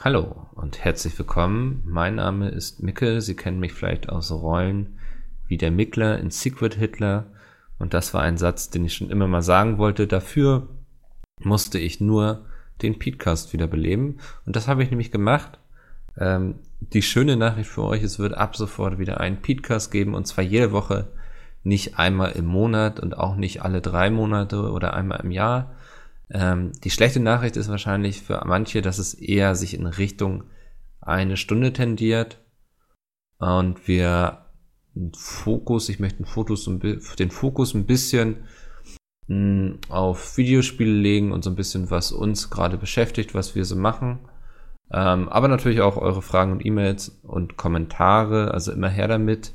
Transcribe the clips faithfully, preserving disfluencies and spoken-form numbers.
Hallo und herzlich willkommen. Mein Name ist Micke. Sie kennen mich vielleicht aus Rollen wie der Mickler in Secret Hitler. Und das war ein Satz, den ich schon immer mal sagen wollte. Dafür musste ich nur den Podcast wiederbeleben. Und das habe ich nämlich gemacht. Ähm, die schöne Nachricht für euch, es wird ab sofort wieder einen Podcast geben. Und zwar jede Woche, nicht einmal im Monat und auch nicht alle drei Monate oder einmal im Jahr. Ähm, die schlechte Nachricht ist wahrscheinlich für manche, dass es eher sich in Richtung eine Stunde tendiert und wir einen Fokus, ich möchte den Fokus, den Fokus ein bisschen mh, auf Videospiele legen und so ein bisschen, was uns gerade beschäftigt, was wir so machen. Ähm, aber natürlich auch eure Fragen und E-Mails und Kommentare, also immer her damit.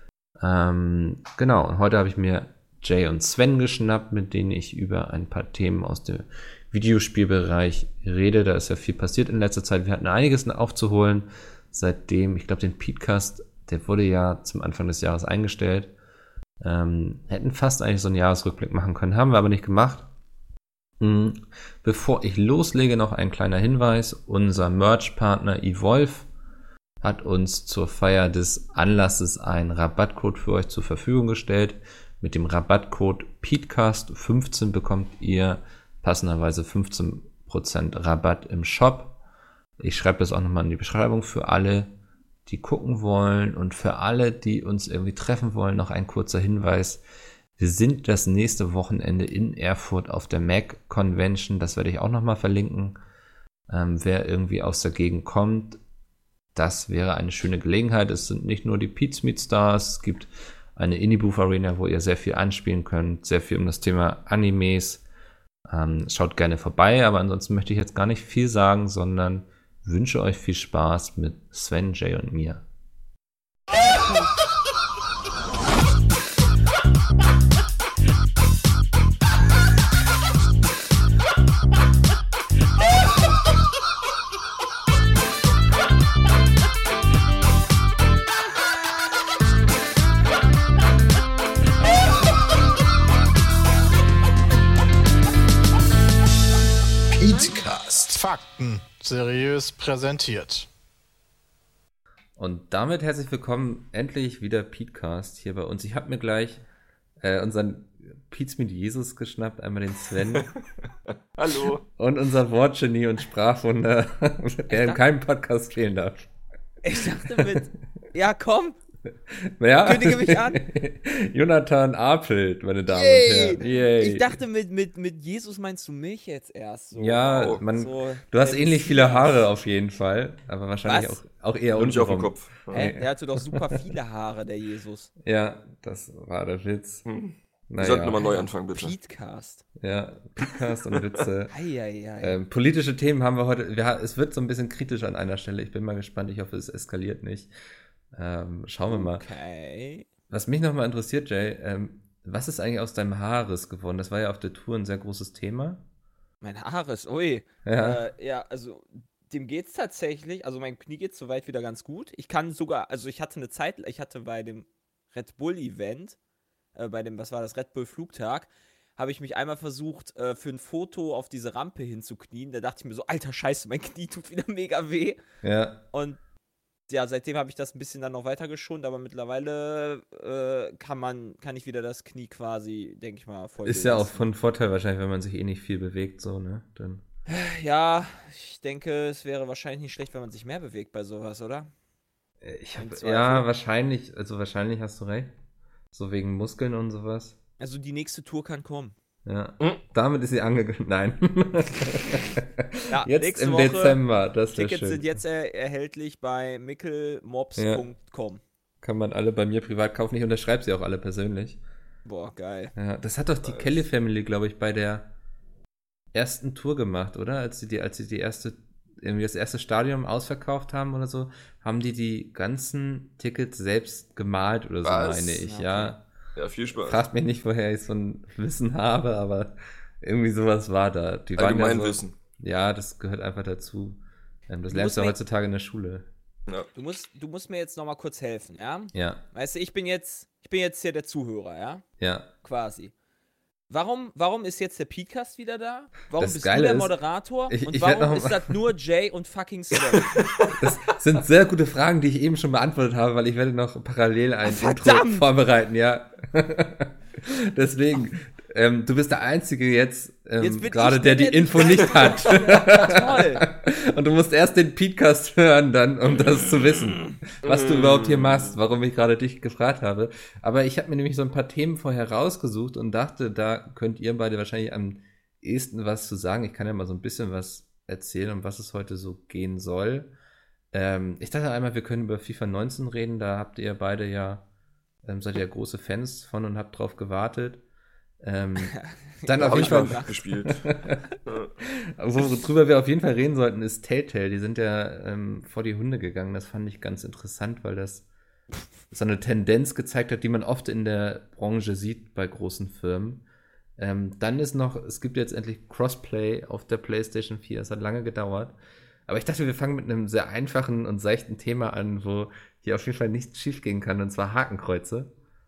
Ähm, genau, und heute habe ich mir Jay und Sven geschnappt, mit denen ich über ein paar Themen aus dem Videospielbereich rede. Da ist ja viel passiert in letzter Zeit. Wir hatten einiges aufzuholen, seitdem, ich glaube, den Podcast, der wurde ja zum Anfang des Jahres eingestellt. Ähm, hätten fast eigentlich so einen Jahresrückblick machen können, haben wir aber nicht gemacht. Mhm. Bevor ich loslege, noch ein kleiner Hinweis. Unser Merch-Partner Evolve hat uns zur Feier des Anlasses einen Rabattcode für euch zur Verfügung gestellt. Mit dem Rabattcode Peatcast fünfzehn bekommt ihr passenderweise fünfzehn Prozent Rabatt im Shop. Ich schreibe das auch nochmal in die Beschreibung für alle, die gucken wollen, und für alle, die uns irgendwie treffen wollen, noch ein kurzer Hinweis. Wir sind das nächste Wochenende in Erfurt auf der Mac Convention. Das werde ich auch nochmal verlinken. Ähm, wer irgendwie aus der Gegend kommt, das wäre eine schöne Gelegenheit. Es sind nicht nur die Pizmeet Stars, es gibt eine Indie-Booth Arena, wo ihr sehr viel anspielen könnt, sehr viel um das Thema Animes. Ähm, schaut gerne vorbei, aber ansonsten möchte ich jetzt gar nicht viel sagen, sondern wünsche euch viel Spaß mit Sven, Jay und mir. Fakten seriös präsentiert. Und damit herzlich willkommen, endlich wieder Peatcast hier bei uns. Ich habe mir gleich äh, unseren Pete's mit Jesus geschnappt, einmal den Sven. Hallo. Und unser Wortgenie und Sprachwunder, der in keinem Podcast fehlen darf. Ich dachte mit, ja komm, ja. kündige mich an. Jonathan Apelt, meine Damen Yay. und Herren. Yay. Ich dachte mit, mit, mit Jesus meinst du mich jetzt erst. So. Ja, Wow. man, so, du hast ähnlich viele Haare auf jeden Fall, aber wahrscheinlich auch, auch eher Und nicht auf dem untenrum. Kopf. Hä? Der hatte doch super viele Haare, der Jesus. Ja, das war der Witz. Hm. Wir Naja. sollten nochmal neu anfangen, bitte. Peatcast. Ja, Peatcast und Witze. Eieiei. Ähm, politische Themen haben wir heute. Wir, es wird so ein bisschen kritisch an einer Stelle. Ich bin mal gespannt. Ich hoffe, es eskaliert nicht. Ähm, schauen wir mal. Okay. Was mich nochmal interessiert, Jay, ähm, was ist eigentlich aus deinem Haares geworden? Das war ja auf der Tour ein sehr großes Thema. Mein Haares, ui. Ja. Äh, ja, also dem geht's tatsächlich, also mein Knie geht soweit wieder ganz gut. Ich kann sogar, also ich hatte eine Zeit, ich hatte bei dem Red Bull Event, äh, bei dem, was war das, Red Bull Flugtag, habe ich mich einmal versucht, äh, für ein Foto auf diese Rampe hinzuknien. Da dachte ich mir so, alter Scheiße, mein Knie tut wieder mega weh. Ja. Und ja, seitdem habe ich das ein bisschen dann noch weiter geschont, aber mittlerweile äh, kann man, kann ich wieder das Knie quasi, denke ich mal, voll Ist ja auch belasten. von Vorteil wahrscheinlich, wenn man sich eh nicht viel bewegt, so, ne? Dann. Ja, ich denke, es wäre wahrscheinlich nicht schlecht, wenn man sich mehr bewegt bei sowas, oder? Äh, Ich Im hab, Zweifel. ja, wahrscheinlich, also wahrscheinlich hast du recht. So wegen Muskeln und sowas. Also die nächste Tour kann kommen. Ja. Hm. Damit ist sie angekündigt. Nein. Ja, Jetzt nächste im Woche, Dezember, das wäre Tickets schön. sind jetzt er erhältlich bei mickelmops punkt com. Kann man alle bei mir privat kaufen. Ich unterschreibe sie auch alle persönlich. Boah, geil. Ja, das hat doch die Nice. Kelly Family, glaube ich, bei der ersten Tour gemacht, oder? Als sie die, als sie die erste, irgendwie das erste Stadion ausverkauft haben oder so, haben die die ganzen Tickets selbst gemalt oder so, Was? meine ich, Okay. ja. Ja, viel Spaß. Fragt mich nicht, woher ich so ein Wissen habe, aber irgendwie sowas war da. Die waren ja so, Allgemeinwissen. ja, das gehört einfach dazu. Ähm, Das Du lernst musst du mir- heutzutage in der Schule. Ja. Du musst, du musst mir jetzt nochmal kurz helfen, ja? Ja, Weißt du, ich bin jetzt, ich bin jetzt hier der Zuhörer, ja? ja. Quasi. Warum, warum ist jetzt der Podcast wieder da? Warum Das bist Geile du der ist, Moderator? ich- und ich werd warum noch ist mal- das nur Jay und fucking Sven? Das sind sehr gute Fragen, die ich eben schon beantwortet habe, weil ich werde noch parallel ein Ah, Intro verdammt! vorbereiten, ja. Deswegen, ähm, du bist der Einzige jetzt, Jetzt ähm, bin gerade ich der der, die der Info die- nicht hat. Toll. Und du musst erst den Podcast hören dann, um das zu wissen, was du überhaupt hier machst, warum ich gerade dich gefragt habe. Aber ich habe mir nämlich so ein paar Themen vorher rausgesucht und dachte, da könnt ihr beide wahrscheinlich am ehesten was zu sagen. Ich kann ja mal so ein bisschen was erzählen, um was es heute so gehen soll. Ähm, ich dachte einmal, wir können über FIFA neunzehn reden. Da habt ihr beide ja, ähm, seid ihr ja große Fans von und habt drauf gewartet. Ähm, dann Ja, auf Habe jeden ich mal Fall, mitgespielt. Ja. worüber wir auf jeden Fall reden sollten, ist Telltale. Die sind ja ähm, vor die Hunde gegangen. Das fand ich ganz interessant, weil das so eine Tendenz gezeigt hat, die man oft in der Branche sieht bei großen Firmen. Ähm, dann ist noch, es gibt jetzt endlich Crossplay auf der PlayStation vier. Es hat lange gedauert. Aber ich dachte, wir fangen mit einem sehr einfachen und seichten Thema an, wo hier auf jeden Fall nichts schief gehen kann, und zwar Hakenkreuze.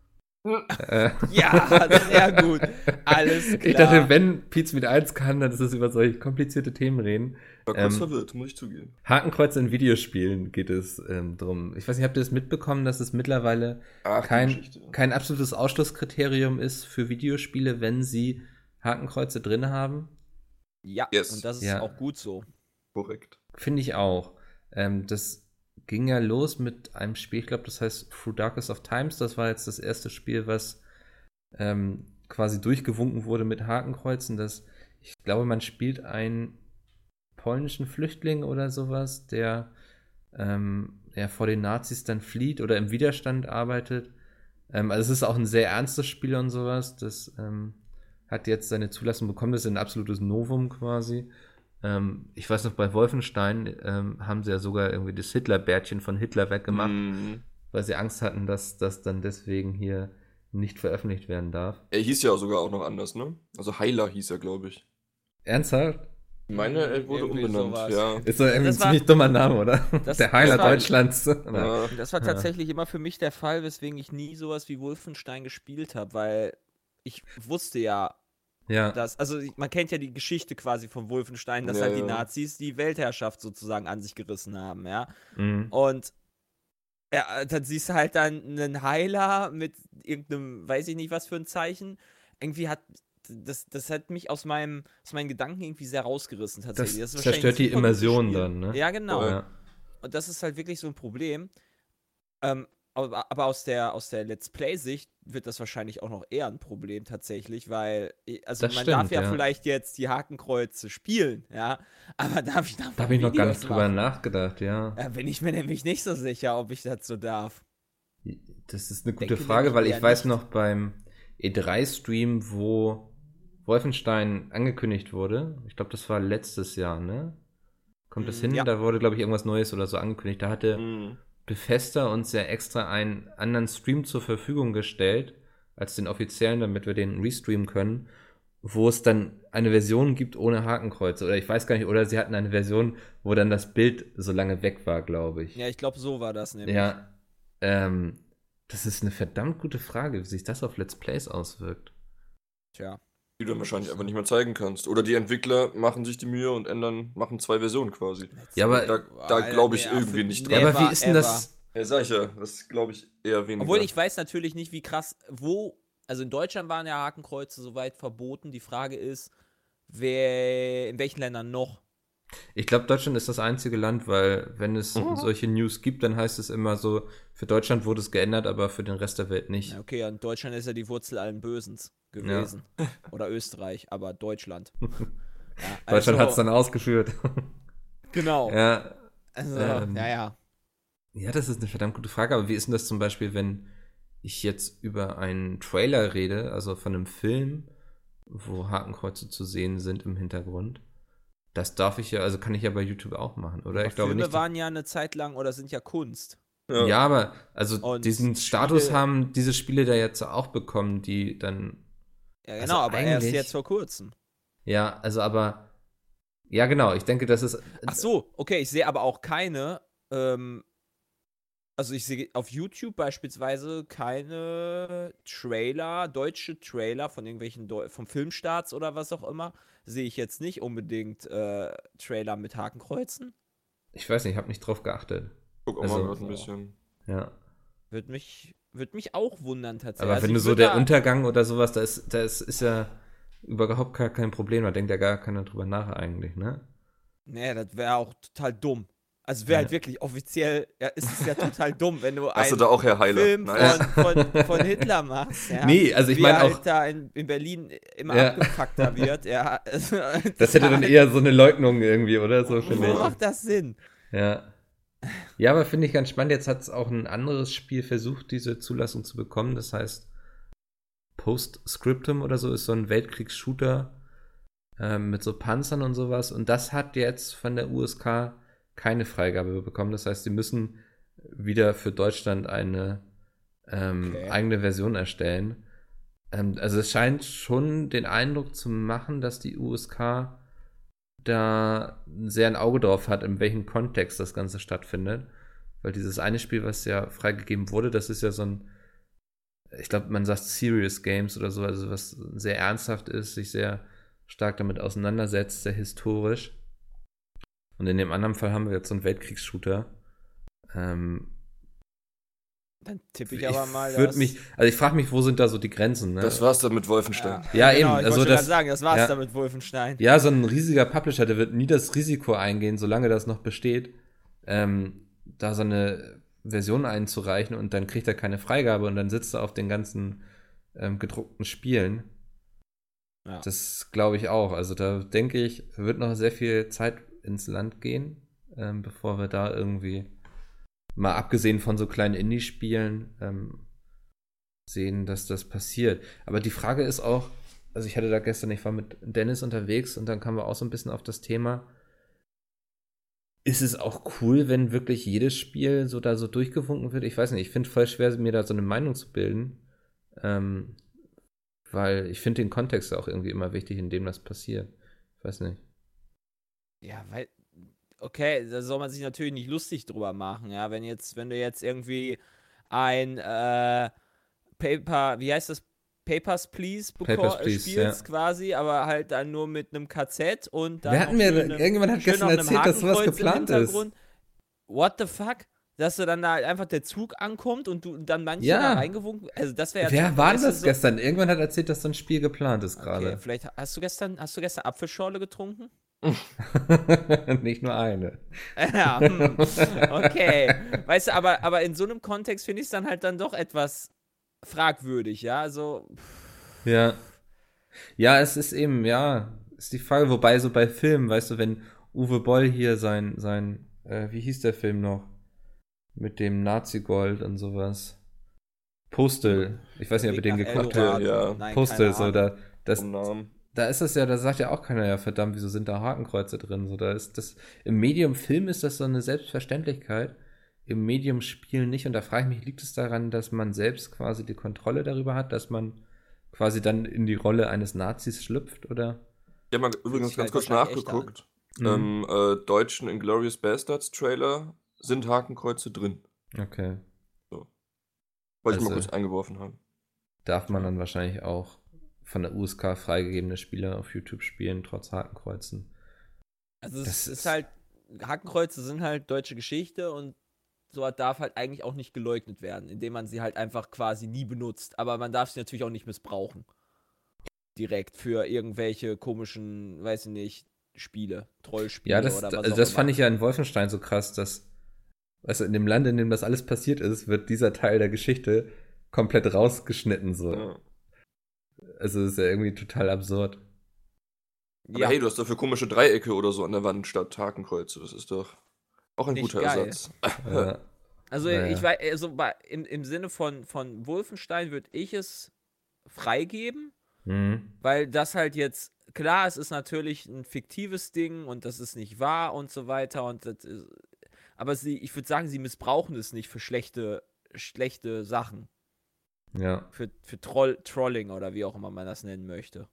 äh, Ja, sehr gut. Alles klar. ich dachte, wenn Pete mit eins kann, dann ist es über solche komplizierte Themen reden. War kurz Ähm, verwirrt, muss ich zugeben. Hakenkreuze in Videospielen geht es ähm, drum. Ich weiß nicht, habt ihr das mitbekommen, dass es mittlerweile Ach, die kein, Geschichte. kein absolutes Ausschlusskriterium ist für Videospiele, wenn sie Hakenkreuze drin haben? Ja, Yes. und das ist Ja. auch gut so. Korrekt. Finde ich auch. Ähm, das ging ja los mit einem Spiel, ich glaube, das heißt Through Darkest of Times. Das war jetzt das erste Spiel, was ähm, quasi durchgewunken wurde mit Hakenkreuzen. Das, ich glaube, man spielt einen polnischen Flüchtling oder sowas, der ähm, ja, vor den Nazis dann flieht oder im Widerstand arbeitet. Ähm, also es ist auch ein sehr ernstes Spiel und sowas. Das ähm, hat jetzt seine Zulassung bekommen. Das ist ein absolutes Novum quasi. Ähm, ich weiß noch, bei Wolfenstein ähm, haben sie ja sogar irgendwie das Hitlerbärtchen von Hitler weggemacht, Mhm. weil sie Angst hatten, dass das dann deswegen hier nicht veröffentlicht werden darf. Er hieß ja sogar auch noch anders, ne? Also Heiler hieß er, glaube ich. Ernsthaft? Ich meine, er wurde Irgendwie umbenannt, sowas. ja. Ist doch irgendwie Das ein war- ziemlich dummer Name, oder? Das- Der Heiler das war- Deutschlands. Oder? Ja. Das war tatsächlich immer für mich der Fall, weswegen ich nie sowas wie Wolfenstein gespielt habe, weil ich wusste ja, Ja. dass, also man kennt ja die Geschichte quasi von Wolfenstein, dass Ja, halt die ja. Nazis die Weltherrschaft sozusagen an sich gerissen haben, ja. Mhm. Und ja, dann siehst du halt dann einen Heiler mit irgendeinem, weiß ich nicht was für ein Zeichen. Irgendwie hat, das, das hat mich aus meinem, aus meinen Gedanken irgendwie sehr rausgerissen tatsächlich. Das ist wahrscheinlich zerstört ein die super gutes Immersion Spiel. dann, ne? Ja, genau. Ja. Und das ist halt wirklich so ein Problem. Ähm, aber, aber aus der, aus der Let's Play-Sicht wird das wahrscheinlich auch noch eher ein Problem tatsächlich, weil, also Das man stimmt, darf ja, ja. vielleicht jetzt die Hakenkreuze spielen, ja, aber darf ich da Da habe ich noch gar nicht Videos drüber machen? nachgedacht, ja. Da bin ich mir nämlich nicht so sicher, ob ich das so darf. Das ist eine gute Denke Frage, nämlich weil ich eher weiß nicht. noch beim E drei Stream, wo Wolfenstein angekündigt wurde, ich glaube, das war letztes Jahr, ne? Kommt das Mm, hin? ja. Da wurde, glaube ich, irgendwas Neues oder so angekündigt. Da hatte Mhm. Bethesda uns ja extra einen anderen Stream zur Verfügung gestellt, als den offiziellen, damit wir den restreamen können, wo es dann eine Version gibt ohne Hakenkreuze. Oder ich weiß gar nicht, oder sie hatten eine Version, wo dann das Bild so lange weg war, glaube ich. Ja, ich glaube, so war das nämlich. Ja, ähm, das ist eine verdammt gute Frage, wie sich das auf Let's Plays auswirkt. Tja. Die du dann wahrscheinlich einfach nicht mehr zeigen kannst. Oder die Entwickler machen sich die Mühe und ändern, machen zwei Versionen quasi. Ja, aber- Da, da glaube ich irgendwie nicht Ja, dran. aber wie ist denn ever. das? Ja, sag ich ja, das glaube ich eher weniger. Obwohl ich weiß natürlich nicht, wie krass, wo, also in Deutschland waren ja Hakenkreuze soweit verboten. Die Frage ist, wer, in welchen Ländern noch? Ich glaube, Deutschland ist das einzige Land, weil wenn es solche News gibt, dann heißt es immer so, für Deutschland wurde es geändert, aber für den Rest der Welt nicht. Ja, okay, und Deutschland ist ja die Wurzel allen Bösens gewesen. Oder Österreich, aber Deutschland. Ja, Deutschland also- hat es dann ausgeführt. Genau. ja. Also, ähm, ja, ja. Ja, das ist eine verdammt gute Frage, aber wie ist denn das zum Beispiel, wenn ich jetzt über einen Trailer rede, also von einem Film, wo Hakenkreuze zu sehen sind im Hintergrund? Das darf ich ja, also kann ich ja bei YouTube auch machen, oder? Aber ich glaube Filme nicht. waren ja eine Zeit lang oder sind ja Kunst. Ja, aber also Und diesen Spiele- Status haben diese Spiele da jetzt auch bekommen, die dann, Ja, Also genau, aber erst eigentlich- jetzt vor kurzem. ja, also aber, ja genau, ich denke, das ist, Ach so, okay, ich sehe aber auch keine, ähm, Also ich sehe auf YouTube beispielsweise keine Trailer, deutsche Trailer von irgendwelchen Deu vom Filmstarts oder was auch immer. Sehe ich jetzt nicht unbedingt äh, Trailer mit Hakenkreuzen. Ich weiß nicht, ich habe nicht drauf geachtet. Guck auch Also- mal gerade ein bisschen. Ja. Würde mich, würd mich auch wundern tatsächlich. Aber Also wenn du ich so würd der da- Untergang oder sowas, da ist, da ist, ist ja überhaupt gar kein Problem, da denkt ja gar keiner drüber nach eigentlich, ne? Nee, das wäre auch total dumm. Also wäre Ja. halt wirklich offiziell, ja, ist es ja total dumm, wenn du Hast du einen da auch Herr Heiler? Film Nice. von, von, von Hitler machst. Ja, Nee, also ich wie meine er auch- halt da in, in Berlin immer Ja. abgefuckter wird. Ja, also, Das hätte dann eher so eine Leugnung irgendwie, oder? So Wo finde ich. macht das Sinn? Ja. Ja, aber finde ich ganz spannend. Jetzt hat es auch ein anderes Spiel versucht, diese Zulassung zu bekommen. Das heißt, Postscriptum oder so ist so ein Weltkriegs-Shooter ähm, mit so Panzern und sowas. Und das hat jetzt von der U S K keine Freigabe bekommen. Das heißt, sie müssen wieder für Deutschland eine ähm, Okay. eigene Version erstellen. Ähm, also es scheint schon den Eindruck zu machen, dass die U S K da sehr ein Auge drauf hat, in welchem Kontext das Ganze stattfindet. Weil dieses eine Spiel, was ja freigegeben wurde, das ist ja so ein, ich glaube, man sagt Serious Games oder so, also was sehr ernsthaft ist, sich sehr stark damit auseinandersetzt, sehr historisch. Und in dem anderen Fall haben wir jetzt so einen Weltkriegs-Shooter. Ähm, Dann tippe ich aber mal, würd dass... mich, also ich frage mich, wo sind da so die Grenzen, ne? Das war's dann mit Wolfenstein. Ja, genau, eben, Ich also wollte das- das sagen, das war's ja. dann mit Wolfenstein. Ja, so ein riesiger Publisher, der wird nie das Risiko eingehen, solange das noch besteht, ähm, da so eine Version einzureichen und dann kriegt er keine Freigabe und dann sitzt er auf den ganzen ähm, gedruckten Spielen. Ja. Das glaube ich auch. Also da denke ich, wird noch sehr viel Zeit ins Land gehen, ähm, bevor wir da irgendwie, mal abgesehen von so kleinen Indie-Spielen, ähm, sehen, dass das passiert. Aber die Frage ist auch, also ich hatte da gestern, ich war mit Dennis unterwegs und dann kamen wir auch so ein bisschen auf das Thema, ist es auch cool, wenn wirklich jedes Spiel so da so durchgewunken wird? Ich weiß nicht, ich finde es voll schwer, mir da so eine Meinung zu bilden, ähm, weil ich finde den Kontext auch irgendwie immer wichtig, in dem das passiert. Ich weiß nicht. Ja, weil, okay, da soll man sich natürlich nicht lustig drüber machen, ja, wenn jetzt, wenn du jetzt irgendwie ein äh, Paper, wie heißt das, Papers, Please, beko- Papers, Please, spielst ja. quasi, aber halt dann nur mit einem K Z und dann Wer noch hat mir, schön einem- irgendjemand hat schön gestern noch einem erzählt, dass sowas Hakenkreuz im geplant ist. Hintergrund. What the fuck? Dass du dann da halt einfach der Zug ankommt und du dann manche Ja. da reingewunken, also das wäre ja... Wer war weißt du, das so- gestern? Irgendwann hat erzählt, dass so ein Spiel geplant ist Okay, gerade. vielleicht hast du gestern, hast du gestern Apfelschorle getrunken? Nicht nur eine. Ja, hm, okay. Weißt du, aber, aber in so einem Kontext finde ich es dann halt dann doch etwas fragwürdig, ja. Also, Ja. Ja, es ist eben, ja, ist die Frage, wobei so bei Filmen, weißt du, wenn Uwe Boll hier sein, sein, äh, wie hieß der Film noch? Mit dem Nazi-Gold und sowas. Postal. Ich weiß nicht, ob ihr den Weg nach geguckt Eldorado. habt. ja. Nein, Postal, keine so, Ahnung. da, das, Vom Namen. da ist das ja, da sagt ja auch keiner, ja verdammt, wieso sind da Hakenkreuze drin? So, da ist das, im Medium Film ist das so eine Selbstverständlichkeit, im Medium Spiel nicht. Und da frage ich mich, liegt es daran, dass man selbst quasi die Kontrolle darüber hat, dass man quasi dann in die Rolle eines Nazis schlüpft, oder? Ich habe mal übrigens sich ganz halt kurz wahrscheinlich echt nachgeguckt. Mhm. Ähm, äh, deutschen Inglourious Bastards Trailer sind Hakenkreuze drin. Okay. Wollte ich Also- mal kurz eingeworfen haben. Darf man dann wahrscheinlich auch von der U S K freigegebene Spiele auf YouTube spielen, trotz Hakenkreuzen. Also es Das ist ist- halt, Hakenkreuze sind halt deutsche Geschichte und sowas darf halt eigentlich auch nicht geleugnet werden, indem man sie halt einfach quasi nie benutzt. Aber man darf sie natürlich auch nicht missbrauchen. Direkt für irgendwelche komischen, weiß ich nicht, Spiele, Trollspiele Ja, das, oder was also auch das immer. fand ich ja in Wolfenstein so krass, dass, weißt du, in dem Land, in dem das alles passiert ist, wird dieser Teil der Geschichte komplett rausgeschnitten, so. Ja. Also, das ist ja irgendwie total absurd. Aber Ja, hey, du hast dafür komische Dreiecke oder so an der Wand statt Hakenkreuze. Das ist doch auch ein Nicht guter geil. Ersatz. Ja. also naja. ich weiß, also bei, im, im Sinne von, von Wolfenstein würde ich es freigeben, Mhm. weil das halt jetzt, klar, es ist natürlich ein fiktives Ding und das ist nicht wahr und so weiter und das ist, aber sie, ich würde sagen, sie missbrauchen es nicht für schlechte, schlechte Sachen, Ja. für, für Troll, Trolling oder wie auch immer man das nennen möchte.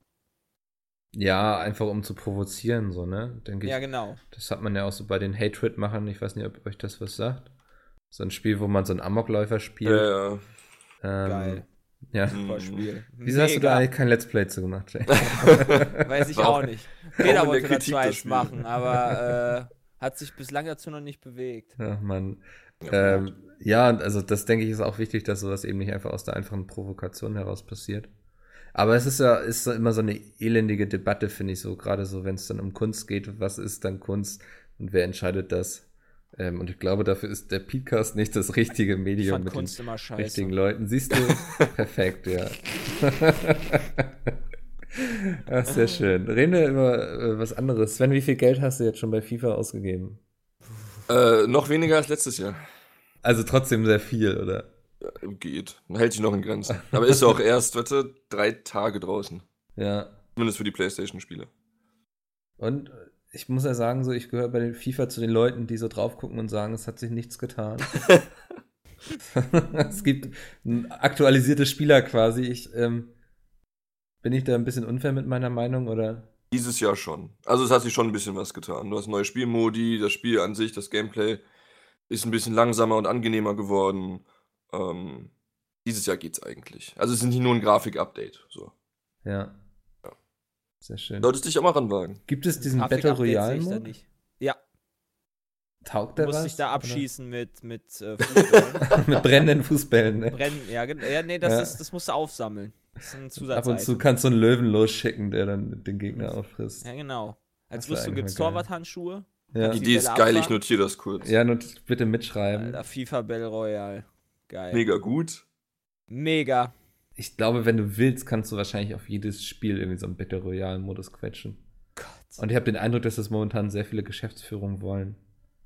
Ja, einfach um zu provozieren, so, ne? Denke ich. Ja, genau. Das hat man ja auch so bei den Hatred-Machern, ich weiß nicht, ob euch das was sagt. So ein Spiel, wo man so einen Amokläufer spielt. Ja, ja. Ähm, Geil. Ja. Super Spiel. Wieso hast du da Mega. eigentlich kein Let's Play zu gemacht, Jay? Weiß ich Warum- auch nicht. Jeder warum in wollte der dazu Kritik das eins Spiel? machen, aber äh, hat sich bislang dazu noch nicht bewegt. Ach Mann. Ja, Ähm, ja, und also das denke ich ist auch wichtig, dass sowas eben nicht einfach aus der einfachen Provokation heraus passiert. Aber es ist ja ist so immer so eine elendige Debatte, finde ich so, gerade so, wenn es dann um Kunst geht, was ist dann Kunst und wer entscheidet das? Ähm, und ich glaube, dafür ist der Podcast nicht das richtige Ich Medium fand mit Kunst den immer scheiße. richtigen Leuten. Siehst du? Perfekt, ja. Ach, sehr schön. Reden wir über äh, was anderes. Sven, wie viel Geld hast du jetzt schon bei FIFA ausgegeben? Äh, noch weniger als letztes Jahr. Also trotzdem sehr viel, oder? Geht. Hält sich noch in Grenzen. Aber ist auch erst, warte, drei Tage draußen. Ja. Zumindest für die PlayStation-Spiele. Und ich muss ja sagen, so ich gehöre bei den FIFA zu den Leuten, die so drauf gucken und sagen, es hat sich nichts getan. Es gibt ein aktualisiertes Spieler quasi. Ich, ähm, bin ich da ein bisschen unfair mit meiner Meinung, oder? Dieses Jahr schon. Also es hat sich schon ein bisschen was getan. Du hast neue Spielmodi, das Spiel an sich, das Gameplay ist ein bisschen langsamer und angenehmer geworden. Ähm, dieses Jahr geht's eigentlich. Also es ist nicht nur ein Grafik-Update. So. Ja. Ja. Sehr schön. Solltest dich auch mal ranwagen. Gibt es diesen Grafik-Updates Battle sehe ich da Royale-Mod? nicht. Ja, Taugt du der musst was? dich da oder? abschießen mit, mit äh, Fußballen. Mit brennenden Fußbällen, ne? Brennen, ja, gen- ja, nee, das, Ja. Ist, das musst du aufsammeln. Das ist ein Ab Zusatz. und zu kannst du einen Löwen losschicken, der dann den Gegner auffrisst. Ja, genau. Als Das wär Rüstung eigentlich gibt es mal geil. Torwarthandschuhe. Ja, Die Die Idee ist Bälle geil, ich abfangen. notiere das kurz. ja und bitte mitschreiben. Alter, FIFA Battle Royale. Geil. Mega gut. Mega. Ich glaube, wenn du willst, kannst du wahrscheinlich auf jedes Spiel irgendwie so einen Battle Royale-Modus quetschen. Gott. Und ich habe den Eindruck, dass das momentan sehr viele Geschäftsführungen wollen.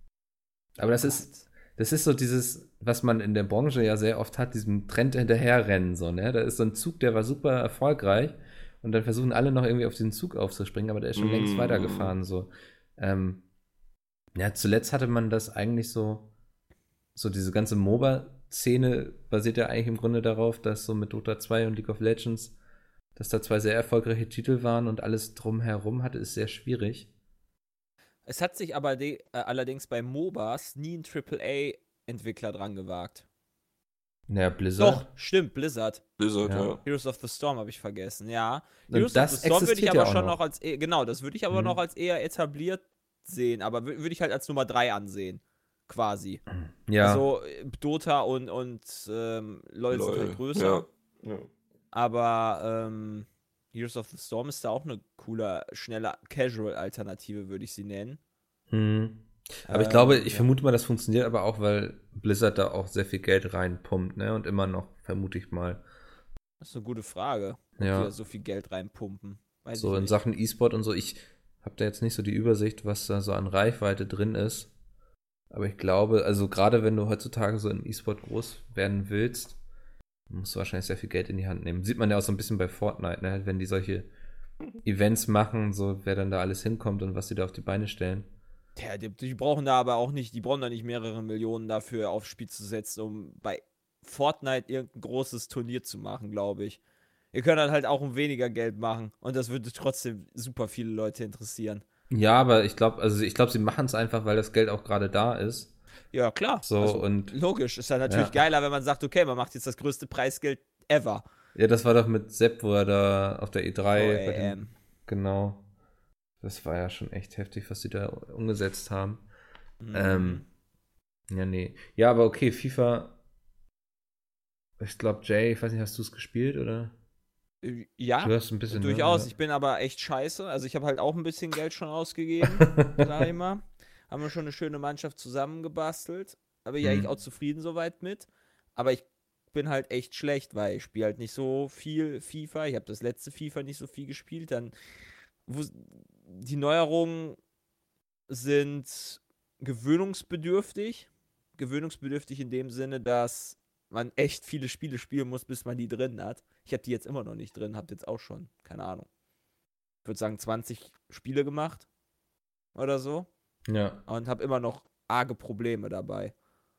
Aber das ist, das ist so dieses, was man in der Branche ja sehr oft hat, diesem Trend hinterherrennen, so, ne? Da ist so ein Zug, der war super erfolgreich und dann versuchen alle noch irgendwie auf diesen Zug aufzuspringen, aber der ist schon Mm. längst weitergefahren, so. Ähm, ja, zuletzt hatte man das eigentlich so, so diese ganze MOBA-Szene basiert ja eigentlich im Grunde darauf, dass so mit Dota zwei und League of Legends, dass da zwei sehr erfolgreiche Titel waren und alles drumherum hatte, ist sehr schwierig. Es hat sich aber de- äh, allerdings bei MOBAs nie ein Triple A-Entwickler dran gewagt. Naja, Blizzard. Doch, stimmt, Blizzard. Blizzard, Ja. ja. Heroes of the Storm habe ich vergessen, ja. Und Heroes das of the Storm würde ich existiert aber ja auch schon noch. noch als, e- genau, das würde ich aber Mhm. noch als eher etabliert sehen, aber wür- würde ich halt als Nummer drei ansehen, quasi. Ja. Also äh, Dota und, und ähm, LoL sind halt größer, Ja. Ja. aber ähm, Heroes of the Storm ist da auch eine coole, schnelle Casual-Alternative, würde ich sie nennen. Mhm. Aber ich Ähm, glaube, ich ja. vermute mal, das funktioniert aber auch, weil Blizzard da auch sehr viel Geld reinpumpt, ne? Und immer noch, vermute ich mal. Das ist eine gute Frage, ob Ja. die da so viel Geld reinpumpen. Weiß So ich in nicht. Sachen E-Sport und so. Ich habe da jetzt nicht so die Übersicht, was da so an Reichweite drin ist. Aber ich glaube, also gerade wenn du heutzutage so im E-Sport groß werden willst, musst du wahrscheinlich sehr viel Geld in die Hand nehmen. Sieht man ja auch so ein bisschen bei Fortnite, ne? Wenn die solche Events machen, so wer dann da alles hinkommt und was die da auf die Beine stellen. Ja, die, die brauchen da aber auch nicht, die brauchen da nicht mehrere Millionen dafür aufs Spiel zu setzen, um bei Fortnite irgendein großes Turnier zu machen, glaube ich. Ihr könnt dann halt auch um weniger Geld machen und das würde trotzdem super viele Leute interessieren. Ja, aber ich glaube, also ich glaube, sie machen es einfach, weil das Geld auch gerade da ist. Ja, klar. So, also, und- logisch, ist dann natürlich Ja. geiler, wenn man sagt, okay, man macht jetzt das größte Preisgeld ever. Ja, das war doch mit Sepp, wo er da auf der E drei, Oh, bei dem, ähm, genau. Das war ja schon echt heftig, was die da umgesetzt haben. mhm. Ähm, ja, nee. Ja, aber okay, FIFA. Ich glaube, Jay, ich weiß nicht, hast du es gespielt oder? Äh, ja, Du hast ein bisschen. durchaus. Ne? Ich bin aber echt scheiße. Also ich habe halt auch ein bisschen Geld schon ausgegeben, sag ich mal. Haben wir schon eine schöne Mannschaft zusammengebastelt. Da bin ich Mhm. eigentlich auch zufrieden soweit mit. Aber ich bin halt echt schlecht, weil ich spiele halt nicht so viel FIFA. Ich habe das letzte FIFA nicht so viel gespielt. Dann wo, die Neuerungen sind gewöhnungsbedürftig. Gewöhnungsbedürftig in dem Sinne, dass man echt viele Spiele spielen muss, bis man die drin hat. Ich habe die jetzt immer noch nicht drin, habe jetzt auch schon, keine Ahnung. Ich würde sagen zwanzig Spiele gemacht oder so Ja. und habe immer noch arge Probleme dabei.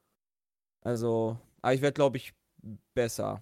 Also, aber ich werde, glaube ich, besser.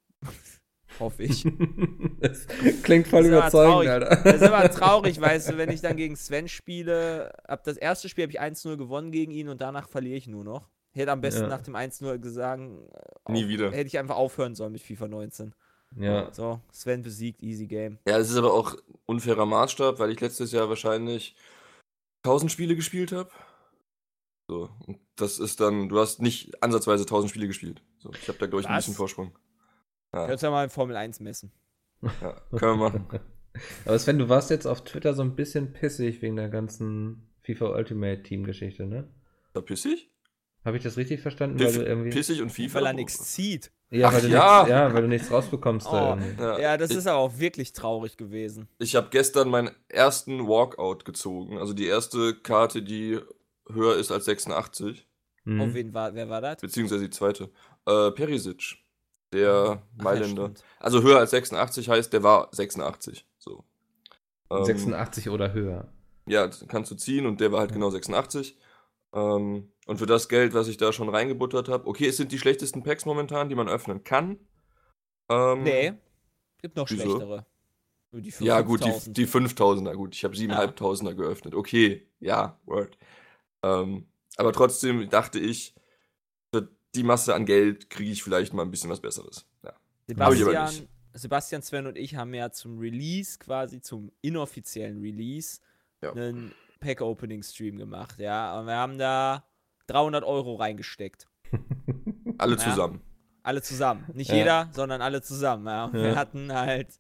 Hoffe ich. Das klingt voll Das ist aber überzeugend, traurig. Alter. Das ist immer traurig, weißt du, wenn ich dann gegen Sven spiele. Ab das erste Spiel habe ich eins null gewonnen gegen ihn und danach verliere ich nur noch. Ich hätte am besten Ja. nach dem eins null gesagt, äh, Nie auf- wieder. hätte ich einfach aufhören sollen mit FIFA neunzehn. Ja. So, Sven besiegt, easy game. Ja, es ist aber auch unfairer Maßstab, weil ich letztes Jahr wahrscheinlich tausend Spiele gespielt habe. So, und das ist dann, du hast nicht ansatzweise tausend Spiele gespielt. So, ich habe da, glaube ich, ein Was? bisschen Vorsprung. Ja, Könntest ja mal in Formel eins messen. ja, können wir machen. Aber Sven, du warst jetzt auf Twitter so ein bisschen pissig wegen der ganzen FIFA Ultimate Team Geschichte, ne? Da pissig? Habe ich das richtig verstanden? Piff- Weil du irgendwie. Pissig und FIFA? Weil er nichts zieht. Ja, Ach weil du ja. Nichts, ja, weil du nichts rausbekommst Oh. da irgendwie. Ja, Ja, das ich, ist aber auch wirklich traurig gewesen. Ich habe gestern meinen ersten Walkout gezogen. Also die erste Karte, die höher ist als sechsundachtzig. Mhm. Oh, wen war, wer war das? Beziehungsweise die zweite. Äh, Perisic. Der Ach, ja, Mailänder. stimmt. Also höher als sechsundachtzig heißt, der war sechsundachtzig. So. Ähm, sechsundachtzig oder höher. Ja, das kannst du ziehen und der war halt Ja. genau sechsundachtzig. Ähm, und für das Geld, was ich da schon reingebuttert habe, okay, es sind die schlechtesten Packs momentan, die man öffnen kann. Ähm, Nee, gibt noch Wieso? schlechtere. Nur die für Ja, gut, die, fünftausend. die fünftausender, gut. Ich habe siebentausendfünfhunderter geöffnet. Okay, ja, Word. Ähm, aber trotzdem dachte ich, für die Masse an Geld kriege ich vielleicht mal ein bisschen was Besseres. Ja. Hab ich aber Sebastian, nicht. Sebastian, Sven und ich haben ja zum Release, quasi zum inoffiziellen Release, Ja. einen Pack-Opening-Stream gemacht, ja. Und wir haben da dreihundert Euro reingesteckt. Alle Ja. zusammen. Alle zusammen. Nicht Ja. jeder, sondern alle zusammen, ja. Und Ja. wir hatten halt.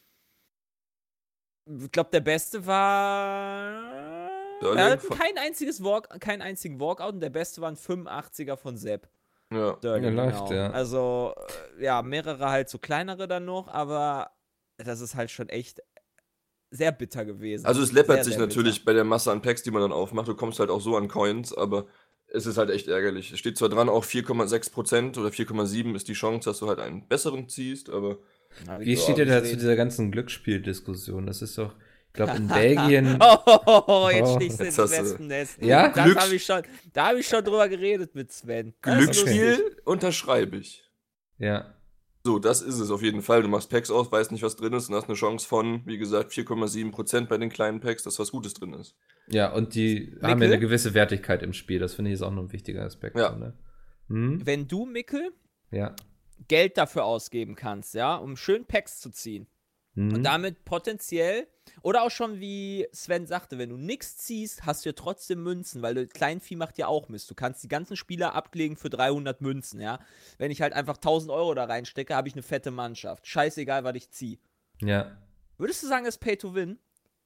Ich glaube, der beste war. Sterling Wir hatten von- kein einziges Walk, keinen einzigen Walkout und der beste war ein fünfundachtziger von Sepp. Ja. Sterling, Ja, läuft, ja. Also, äh, ja, mehrere halt so kleinere dann noch, aber das ist halt schon echt sehr bitter gewesen. Also es läppert Sehr, sich sehr natürlich bitter. bei der Masse an Packs, die man dann aufmacht. Du kommst halt auch so an Coins, aber es ist halt echt ärgerlich. Es steht zwar dran, auch vier Komma sechs Prozent oder vier Komma sieben ist die Chance, dass du halt einen besseren ziehst, aber Ja, Wie ja, steht ihr da ich zu seh- dieser ganzen Glücksspieldiskussion? Das ist doch, ich glaube, in Belgien. Oh, jetzt Oh. stichst du Jetzt ins hast du- Wespennest. Ja? Das Glücks- habe ich schon, da habe ich schon drüber geredet mit Sven. Das ist lustig. Glücksspiel unterschreibe ich. Ja. So, das ist es auf jeden Fall. Du machst Packs aus, weißt nicht, was drin ist und hast eine Chance von, wie gesagt, vier Komma sieben Prozent bei den kleinen Packs, dass was Gutes drin ist. Ja, und die haben ja Mickel? eine gewisse Wertigkeit im Spiel. Das finde ich ist auch noch ein wichtiger Aspekt. Ja. Ne? Hm? Wenn du, Mickel, Ja. Geld dafür ausgeben kannst, ja, um schön Packs zu ziehen Hm? und damit potenziell, oder auch schon wie Sven sagte, wenn du nichts ziehst, hast du ja trotzdem Münzen, weil du, Kleinvieh macht ja auch Mist. Du kannst die ganzen Spieler ablegen für dreihundert Münzen, ja. Wenn ich halt einfach tausend Euro da reinstecke, habe ich eine fette Mannschaft. Scheißegal, was ich ziehe. Ja. Würdest du sagen, es ist Pay to Win?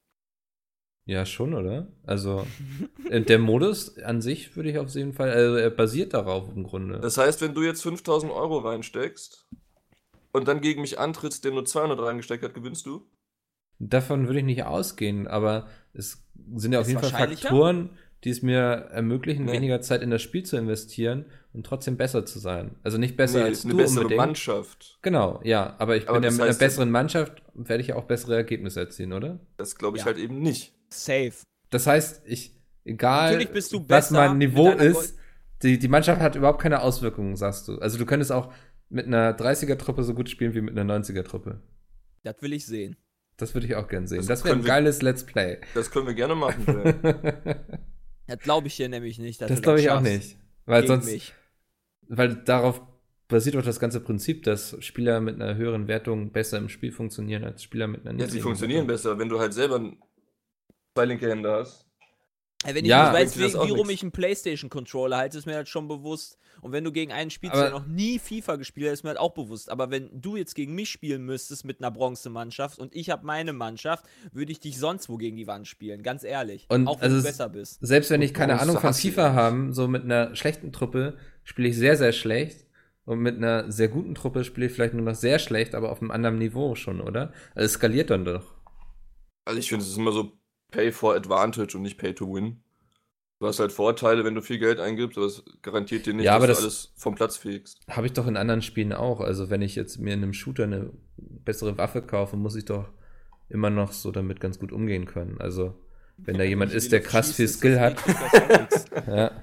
Ja, schon, oder? Also, äh, der Modus an sich würde ich auf jeden Fall, also er basiert darauf im Grunde. Das heißt, wenn du jetzt fünftausend Euro reinsteckst und dann gegen mich antrittst, der nur zweihundert reingesteckt hat, gewinnst du? Davon würde ich nicht ausgehen, aber es sind ja auf Ist jeden Fall wahrscheinlicher? Faktoren, die es mir ermöglichen, Nee. weniger Zeit in das Spiel zu investieren und trotzdem besser zu sein. Also nicht besser Nee, als eine du bessere unbedingt. Mannschaft. Genau, ja, aber ich Aber bin ja das mit einer heißt ja- besseren Mannschaft, werde ich ja auch bessere Ergebnisse erzielen, oder? Das glaube ich Ja. halt eben nicht. Safe. Das heißt, ich, egal Natürlich bist du was besser mein mit Niveau deiner ist, die, die Mannschaft hat überhaupt keine Auswirkungen, sagst du. Also du könntest auch mit einer dreißiger-Truppe so gut spielen wie mit einer neunziger-Truppe. Das will ich sehen. Das würde ich auch gern sehen. Das Das, wäre ein können wir- geiles Let's Play. Das können wir gerne machen. Jay. Das glaube ich hier nämlich nicht. Dass Das du glaube ich auch schaffst. nicht. Weil Gegen sonst, mich. weil darauf basiert auch das ganze Prinzip, dass Spieler mit einer höheren Wertung besser im Spiel funktionieren als Spieler mit einer Ja, niedrigen sie funktionieren Wertung. besser, wenn du halt selber zwei linke Hände hast. Ey, wenn ich Ja, nicht weiß, bringt dir das wie, auch wie rum nix. ich einen PlayStation-Controller halte, ist mir halt schon bewusst. Und wenn du gegen einen spielst, Aber- der noch nie FIFA gespielt hat, ist mir halt auch bewusst. Aber wenn du jetzt gegen mich spielen müsstest mit einer Bronzemannschaft und ich habe meine Mannschaft, würde ich dich sonst wo gegen die Wand spielen, ganz ehrlich. Und auch wenn also du es- besser bist. Selbst wenn ich keine Bronze Ahnung von hasse FIFA ich. habe, so mit einer schlechten Truppe spiele ich sehr, sehr schlecht. Und mit einer sehr guten Truppe spiele ich vielleicht nur noch sehr schlecht, aber auf einem anderen Niveau schon, oder? Also es skaliert dann doch. Also ich finde, es ist immer so Pay for Advantage und nicht Pay to Win. Du hast halt Vorteile, wenn du viel Geld eingibst, aber es garantiert dir nicht, Ja, aber dass das- du alles vom Platz fegst. Habe ich doch in anderen Spielen auch. Also wenn ich jetzt mir in einem Shooter eine bessere Waffe kaufe, muss ich doch immer noch so damit ganz gut umgehen können. Also wenn da jemand ich ist, die der Luft krass schieße, viel ist Skill das hat. eklig, das ist nix. Ja.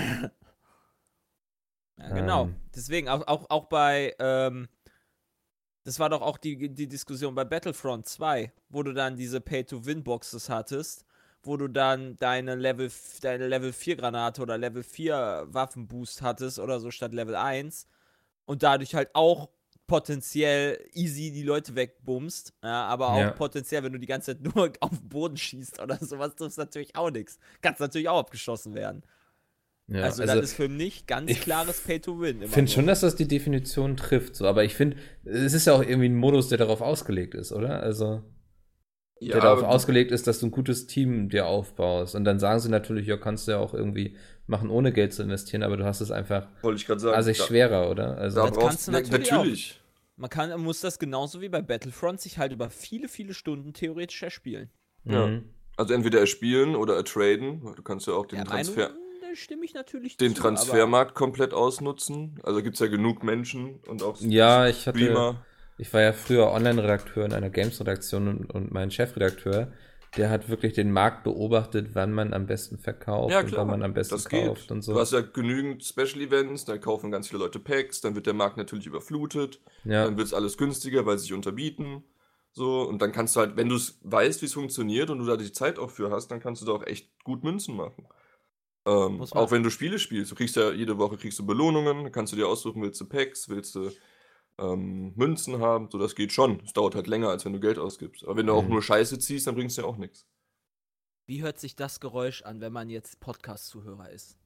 Ja, genau. Ähm. Deswegen, auch, auch, auch bei, ähm, das war doch auch die, die Diskussion bei Battlefront zwei, wo du dann diese Pay-to-Win-Boxes hattest, wo du dann deine Level, deine Level vier Granate oder Level vier Waffenboost hattest oder so statt Level eins und dadurch halt auch potenziell easy die Leute wegbummst, ja, aber auch Ja. potenziell, wenn du die ganze Zeit nur auf den Boden schießt oder sowas, trifft natürlich auch nichts. Kannst natürlich auch abgeschossen werden. Ja, also, das ist für mich ganz ich klares Pay-to-Win. Ich finde schon, dass das die Definition trifft, so, aber ich finde, es ist ja auch irgendwie ein Modus, der darauf ausgelegt ist, oder? Also, Ja, der darauf aber- ausgelegt ist, dass du ein gutes Team dir aufbaust. Und dann sagen sie natürlich, ja, kannst du ja auch irgendwie machen, ohne Geld zu investieren, aber du hast es einfach Wollte ich gerade sagen. also da, schwerer, oder? Also, da Das brauchst kannst du ja, natürlich natürlich. Man kann, man muss das genauso wie bei Battlefront sich halt über viele, viele Stunden theoretisch erspielen. Ja. mhm. Also entweder erspielen oder ertraden. Du kannst ja auch den Der Transfer, Meinung, da stimme ich natürlich den zu, Transfermarkt komplett ausnutzen. Also gibt es ja genug Menschen und auch Ja, ich hatte, Streamer. ich war ja früher Online-Redakteur in einer Games-Redaktion und, und mein Chefredakteur, der hat wirklich den Markt beobachtet, wann man am besten verkauft Ja, und klar, wann man am besten das geht. kauft und so. Du hast ja genügend Special Events, dann kaufen ganz viele Leute Packs, dann wird der Markt natürlich überflutet, Ja. dann wird es alles günstiger, weil sie sich unterbieten. So, und dann kannst du halt, wenn du es weißt, wie es funktioniert und du da die Zeit auch für hast, dann kannst du da auch echt gut Münzen machen. Ähm, Muss man- auch wenn du Spiele spielst, du kriegst ja jede Woche kriegst du Belohnungen, dann kannst du dir aussuchen, willst du Packs, willst du ähm, Münzen haben, so das geht schon. Es dauert halt länger, als wenn du Geld ausgibst. Aber wenn du auch Mhm. nur Scheiße ziehst, dann bringst du ja auch nichts. Wie hört sich das Geräusch an, wenn man jetzt Podcast-Zuhörer ist?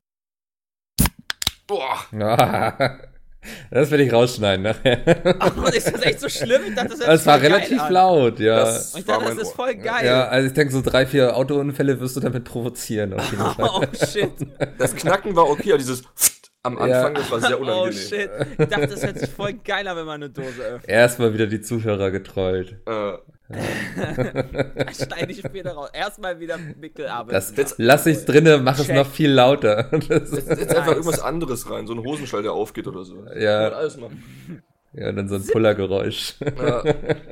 Boah! Ja, das will ich rausschneiden nachher. Oh, ist das echt so schlimm? Ich dachte, das hört Es sich war voll geil relativ an. laut, ja. Das- Und ich war dachte, das mein ist Ohr. voll geil. Ja, also ich denke, so drei, vier Autounfälle wirst du damit provozieren. Auf jeden Fall. Oh shit. Das Knacken war okay, aber dieses am Anfang, Ja. das war sehr Oh unangenehm. shit. Ich dachte, das hört sich voll geil an, wenn man eine Dose öffnet. Erstmal wieder die Zuhörer getrollt. Äh, Das schneide ich später raus. Erstmal wieder Mickel arbeiten. Das, Jetzt- lass ich's drinne, mach es Check. noch viel lauter. Das, Jetzt, jetzt einfach irgendwas anderes rein, so ein Hosenschall, der aufgeht oder so. Ja. Kann man alles machen. ja, dann so ein Pullergeräusch. Ja,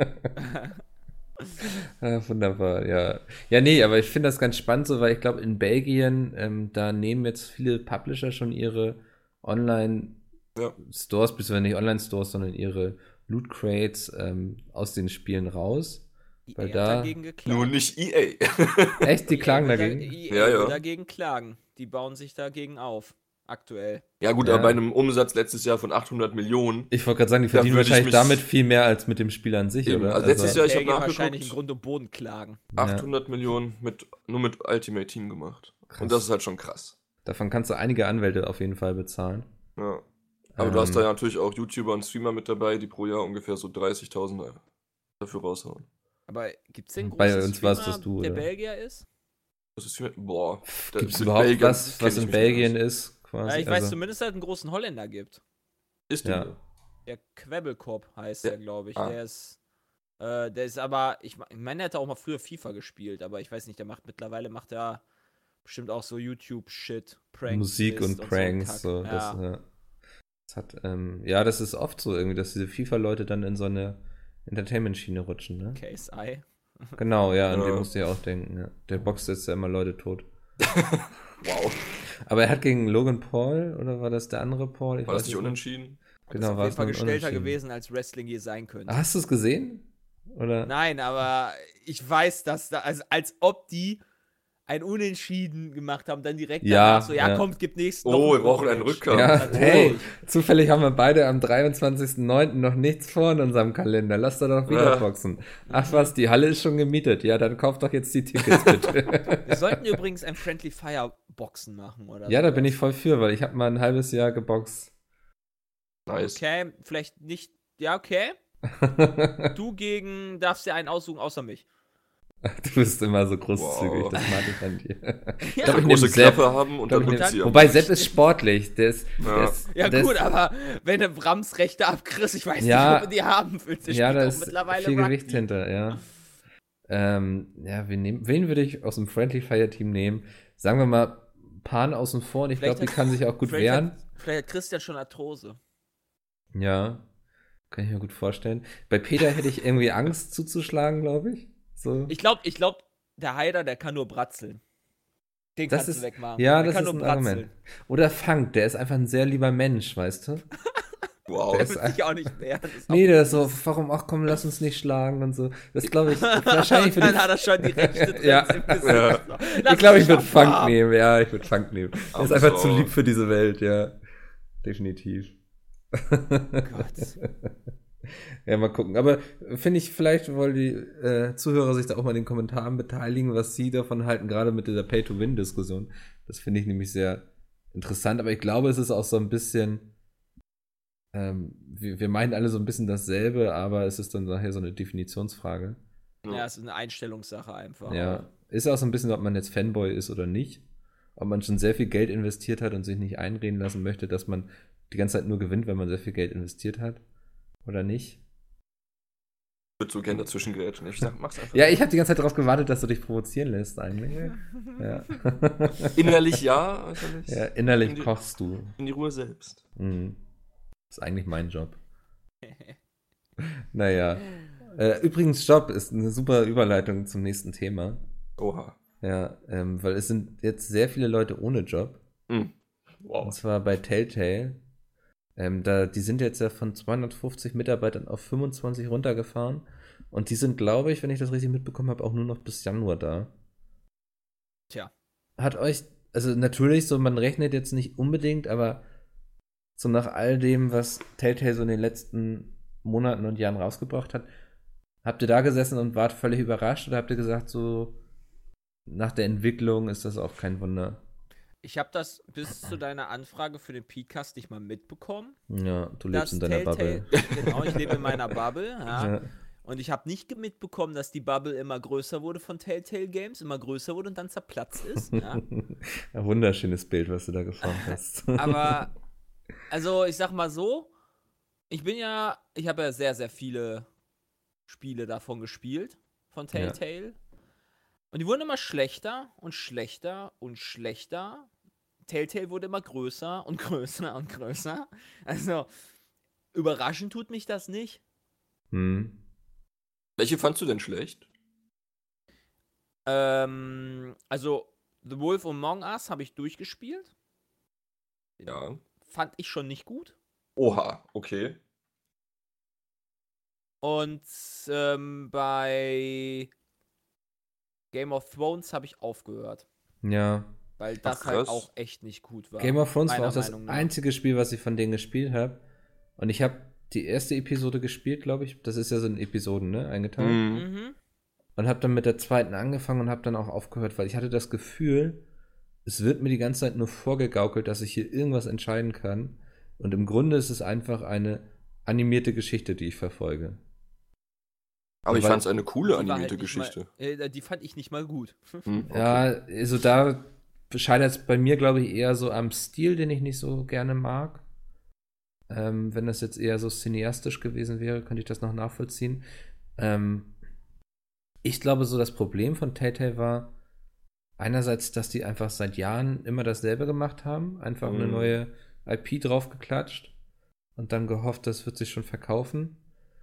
Ja, wunderbar, ja. Ja, nee, aber ich finde das ganz spannend so, weil ich glaube, in Belgien, ähm, da nehmen jetzt viele Publisher schon ihre Online-Stores, Ja. beziehungsweise nicht Online-Stores, sondern ihre Loot-Crates ähm, aus den Spielen raus. E A weil hat da- dagegen geklagt. nur nicht E A. Echt, die klagen E A will dagegen? Da, E A Ja, ja. will dagegen klagen. Die bauen sich dagegen auf. Aktuell. Ja gut, Ja. aber bei einem Umsatz letztes Jahr von achthundert Millionen. Ich wollte gerade sagen, die Da verdienen würde ich wahrscheinlich mich- damit viel mehr als mit dem Spiel an sich, Eben, oder? also letztes Jahr- ich hab Belgien nachgeguckt. wahrscheinlich in Grund und Boden klagen. achthundert Millionen mit, nur mit Ultimate Team gemacht. Krass. Und das ist halt schon krass. Davon kannst du einige Anwälte auf jeden Fall bezahlen. Ja. Aber Ähm. du hast da ja natürlich auch YouTuber und Streamer mit dabei, die pro Jahr ungefähr so dreißigtausend dafür raushauen. Aber gibt's den großen Bei uns war's Streamer, das du, der oder? Belgier ist? Das ist für, boah. da- Gibt es mit überhaupt Belgiern was, kenn was ich in mich Belgien nicht aus. ist? Quasi? Ja, ich weiß Also- zumindest, dass es einen großen Holländer gibt. Ist Ja. der? Der Quebbelkop heißt Ja. der, glaube ich. Ah. Der ist. Äh, der ist aber. Ich me- ich meine, der hat auch mal früher FIFA gespielt, aber ich weiß nicht, der macht mittlerweile macht er bestimmt auch so YouTube-Shit, Pranks. Musik List und so Pranks. Kack. So, ja. das, ja. Das hat, ähm, ja, das ist oft so irgendwie, dass diese FIFA-Leute dann in so eine Entertainment-Schiene rutschen, ne? K S I. Genau, ja, an Ja. den musst du ja auch denken, ja. Der boxt jetzt ja immer Leute tot. Wow. Aber er hat gegen Logan Paul, oder war das der andere Paul? Ich War das weiß nicht es unentschieden? Genau, ist auf war jeden es Fall nur ein gestellter Unentschieden. gewesen, als Wrestling je sein könnte. Hast du es gesehen? Oder? Nein, aber ich weiß, dass da, also als ob die ein Unentschieden gemacht haben, dann direkt Ja, danach so, ja, ja. kommt, gibt nächsten Oh, wir brauchen einen Rematch. Rückkampf. Ja, natürlich. hey, zufällig haben wir beide am dreiundzwanzigsten neunten noch nichts vor in unserem Kalender. Lass da doch wieder Ja. boxen. Ach was, die Halle ist schon gemietet. Ja, dann kauf doch jetzt die Tickets bitte. Wir sollten übrigens ein Friendly Fire Boxen machen, oder? Ja, da sowas. bin ich voll für, weil ich habe mal ein halbes Jahr geboxt. Nice. Okay, vielleicht nicht. Ja, okay. Du gegen, darfst dir einen aussuchen, außer mich. Du bist immer so großzügig, Wow. das mag ich an dir. Ich Ja, glaub, ich Große nehme Sepp. Klappe haben und Glaub, dann ich nehm- Rückzieher. Wobei Sepp ist sportlich. Der ist, Ja. der ist, Ja, der gut, ist, aber wenn du Brams Rechte abkriegst, ich weiß Ja. nicht, ob du die haben willst. Der ja, spielt da auch ist mittlerweile viel Rugby. Gewicht hinter, ja. Ähm, ja, wen, nehm, wen würde ich aus dem Friendly Fire Team nehmen? Sagen wir mal Pan außen vor und ich Vielleicht glaube, die hat- kann sich auch gut Vielleicht wehren. hat, vielleicht hat Christian schon Arthrose. Ja, kann ich mir gut vorstellen. Bei Peter hätte ich irgendwie Angst zuzuschlagen, glaube ich. So. Ich glaube, ich glaub, der Heider, der kann nur bratzeln. Den Das kannst ist- du wegmachen. ja, der das kann ist nur ein Argument. Oder Funk, der ist einfach ein sehr lieber Mensch, weißt du? Wow. Der Das wird ist sich auch nicht wehren. Das ist Nee, auch der ist so, warum, ach komm, lass uns nicht schlagen und so. Das glaube ich, wahrscheinlich Und dann würde hat er schon die rechte Trense Ja. im Gesicht. Ja. So, ich, lass ich glaube, mich ich würde doch Funk warm. nehmen, ja, ich würde Funk nehmen. Der Ach ist einfach so. zu lieb für diese Welt, ja. Definitiv. Gott. Ja, mal gucken. Aber finde ich, vielleicht wollen die äh, Zuhörer sich da auch mal in den Kommentaren beteiligen, was sie davon halten, gerade mit dieser Pay-to-Win-Diskussion. Das finde ich nämlich sehr interessant. Aber ich glaube, es ist auch so ein bisschen, ähm, wir, wir meinen alle so ein bisschen dasselbe, aber es ist dann nachher so eine Definitionsfrage. Ja, es ist eine Einstellungssache einfach. Ja, ist auch so ein bisschen, ob man jetzt Fanboy ist oder nicht. Ob man schon sehr viel Geld investiert hat und sich nicht einreden lassen möchte, dass man die ganze Zeit nur gewinnt, wenn man sehr viel Geld investiert hat. Oder nicht? Ich würde so gerne dazwischen grätschen. Ich sag, mach's einfach. Ja, ich habe die ganze Zeit darauf gewartet, dass du dich provozieren lässt eigentlich. Ja, Innerlich ja, äußerlich ja innerlich in die, kochst du. in die Ruhe selbst. Mhm. Ist eigentlich mein Job. Naja. Äh, übrigens, Job ist eine super Überleitung zum nächsten Thema. Oha. Ja, ähm, weil es sind jetzt sehr viele Leute ohne Job. Hm. Und Wow. zwar bei Telltale. Ähm, da, die sind jetzt ja von zweihundertfünfzig Mitarbeitern auf fünfundzwanzig runtergefahren. Und die sind, glaube ich, wenn ich das richtig mitbekommen habe, auch nur noch bis Januar da. Tja. Hat euch, also natürlich, so man rechnet jetzt nicht unbedingt, aber so nach all dem, was Telltale so in den letzten Monaten und Jahren rausgebracht hat, habt ihr da gesessen und wart völlig überrascht oder habt ihr gesagt, so nach der Entwicklung ist das auch kein Wunder? Ich habe das bis zu deiner Anfrage für den Podcast nicht mal mitbekommen. Ja, du lebst dass in deiner Telltale- Bubble. Genau, ich lebe in meiner Bubble. Ja. Ja. Und ich habe nicht mitbekommen, dass die Bubble immer größer wurde von Telltale Games, immer größer wurde und dann zerplatzt ist. Ja. Ein wunderschönes Bild, was du da geformt hast. Aber, also ich sag mal so, ich bin ja, ich habe ja sehr, sehr viele Spiele davon gespielt, von Telltale. Und die wurden immer schlechter und schlechter und schlechter. Telltale wurde immer größer und größer und größer. Also, überraschend tut mich das nicht. Hm. Welche fandst du denn schlecht? Ähm, also, The Wolf Among Us habe ich durchgespielt. Ja. Fand ich schon nicht gut. Oha, okay. Und ähm, bei Game of Thrones habe ich aufgehört. Ja. Weil das Ach, halt krass. auch echt nicht gut war. Game of Thrones war meiner auch das Meinung nach. einzige Spiel, was ich von denen gespielt habe. Und ich habe die erste Episode gespielt, glaube ich. Das ist ja so in Episoden, ne? Eingeteilt. Mhm. Mhm. Und habe dann mit der zweiten angefangen und habe dann auch aufgehört, weil ich hatte das Gefühl, es wird mir die ganze Zeit nur vorgegaukelt, dass ich hier irgendwas entscheiden kann. Und im Grunde ist es einfach eine animierte Geschichte, die ich verfolge. Aber ich Weil- fand's eine coole Die war animierte halt nicht Geschichte. Mal, äh, die fand ich nicht mal gut. Hm, okay. Ja, also da scheitert es bei mir, glaube ich, eher so am Stil, den ich nicht so gerne mag. Ähm, wenn das jetzt eher so cineastisch gewesen wäre, könnte ich das noch nachvollziehen. Ähm, ich glaube, so das Problem von Telltale war einerseits, dass die einfach seit Jahren immer dasselbe gemacht haben, einfach eine Mhm. neue I P draufgeklatscht und dann gehofft, das wird sich schon verkaufen.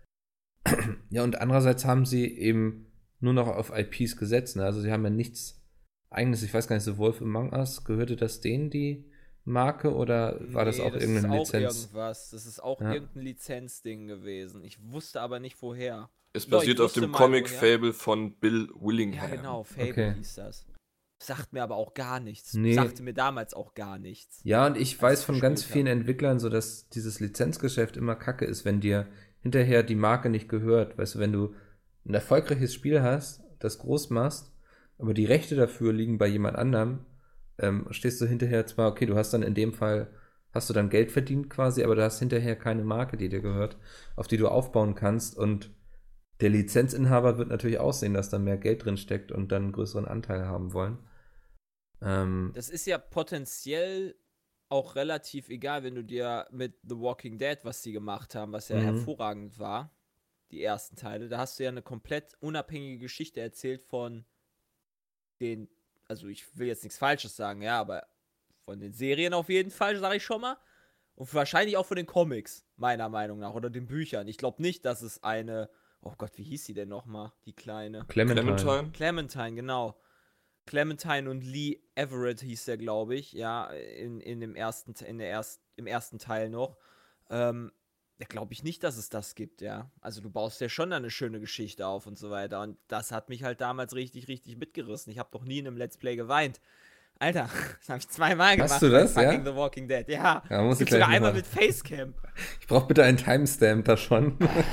Ja, und andererseits haben sie eben nur noch auf I Ps gesetzt. Ne? Also sie haben ja nichts eigenes. Ich weiß gar nicht, so Wolf Among Us, gehörte das denen die Marke oder war das Nee, auch das irgendeine ist auch Lizenz? irgendwas. Das ist auch Ja. irgendein Lizenzding gewesen. Ich wusste aber nicht, woher. Es Doch, ich basiert auf wusste dem mal, Comic-Fable von Bill Ja, Willingham. genau, Fable Okay. hieß das. Sagt mir aber auch gar nichts. Nee. Sagte mir damals auch gar nichts. Ja, und ich Als weiß ich von ganz gespielt vielen Entwicklern so, dass dieses Lizenzgeschäft immer kacke ist, wenn dir hinterher die Marke nicht gehört. Weißt du, wenn du ein erfolgreiches Spiel hast, das groß machst, aber die Rechte dafür liegen bei jemand anderem, ähm, stehst du hinterher zwar, okay, du hast dann in dem Fall, hast du dann Geld verdient quasi, aber du hast hinterher keine Marke, die dir gehört, auf die du aufbauen kannst und der Lizenzinhaber wird natürlich auch sehen, dass da mehr Geld drin steckt und dann einen größeren Anteil haben wollen. Ähm, Das ist ja potenziell auch relativ egal, wenn du dir mit The Walking Dead, was sie gemacht haben, was ja Mhm. hervorragend war, die ersten Teile, da hast du ja eine komplett unabhängige Geschichte erzählt von den, also ich will jetzt nichts Falsches sagen, ja, aber von den Serien auf jeden Fall, sage ich schon mal. Und wahrscheinlich auch von den Comics, meiner Meinung nach, oder den Büchern. Ich glaube nicht, dass es eine, oh Gott, wie hieß sie denn nochmal, die kleine? Clementine. Clementine? Clementine, genau. Clementine und Lee Everett hieß der, glaube ich, ja, in, in dem ersten, in der erst, im ersten Teil noch. Ähm, da glaube ich nicht, dass es das gibt, ja. Also du baust ja schon eine schöne Geschichte auf und so weiter. Und das hat mich halt damals richtig, richtig mitgerissen. Ich habe noch nie in einem Let's Play geweint. Alter, das habe ich zweimal gemacht. Hast du das, bei fucking ja? The Walking Dead. Ja, Ja, muss es ich gibt gleich sogar einmal mal. mit Facecam. Ich brauche bitte einen Timestamp davon.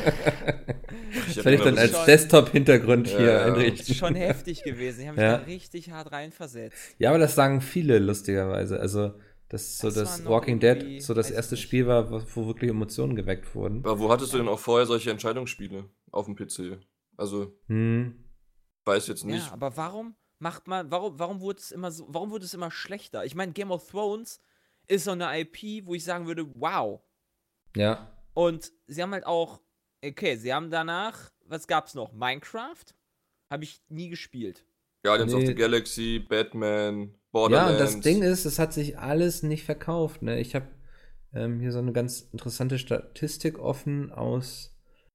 Ich hab Soll ich immer dann bis- als schon- Desktop-Hintergrund Ja, hier ja. Das einrichten? ist schon heftig gewesen. Ich habe mich Ja. da richtig hart reinversetzt. Ja, aber das sagen viele, lustigerweise. Also, das so Das das war noch Walking irgendwie- Dead so das weiß ich erste nicht. Spiel war, wo, wo wirklich Emotionen geweckt wurden. Aber wo hattest du denn auch vorher solche Entscheidungsspiele auf dem P C? Also, Hm. weiß jetzt nicht. Ja, aber warum macht man, warum, warum wurde es immer so, warum wurde es immer schlechter? Ich meine, Game of Thrones ist so eine I P, wo ich sagen würde, wow. Ja. Und sie haben halt auch, okay, sie haben danach, was gab's noch? Minecraft? Habe ich nie gespielt. Guardians of Nee. the Galaxy, Batman, Ja, Borderlands. und das Ding ist, es hat sich alles nicht verkauft. Ne? Ich habe ähm, hier so eine ganz interessante Statistik offen aus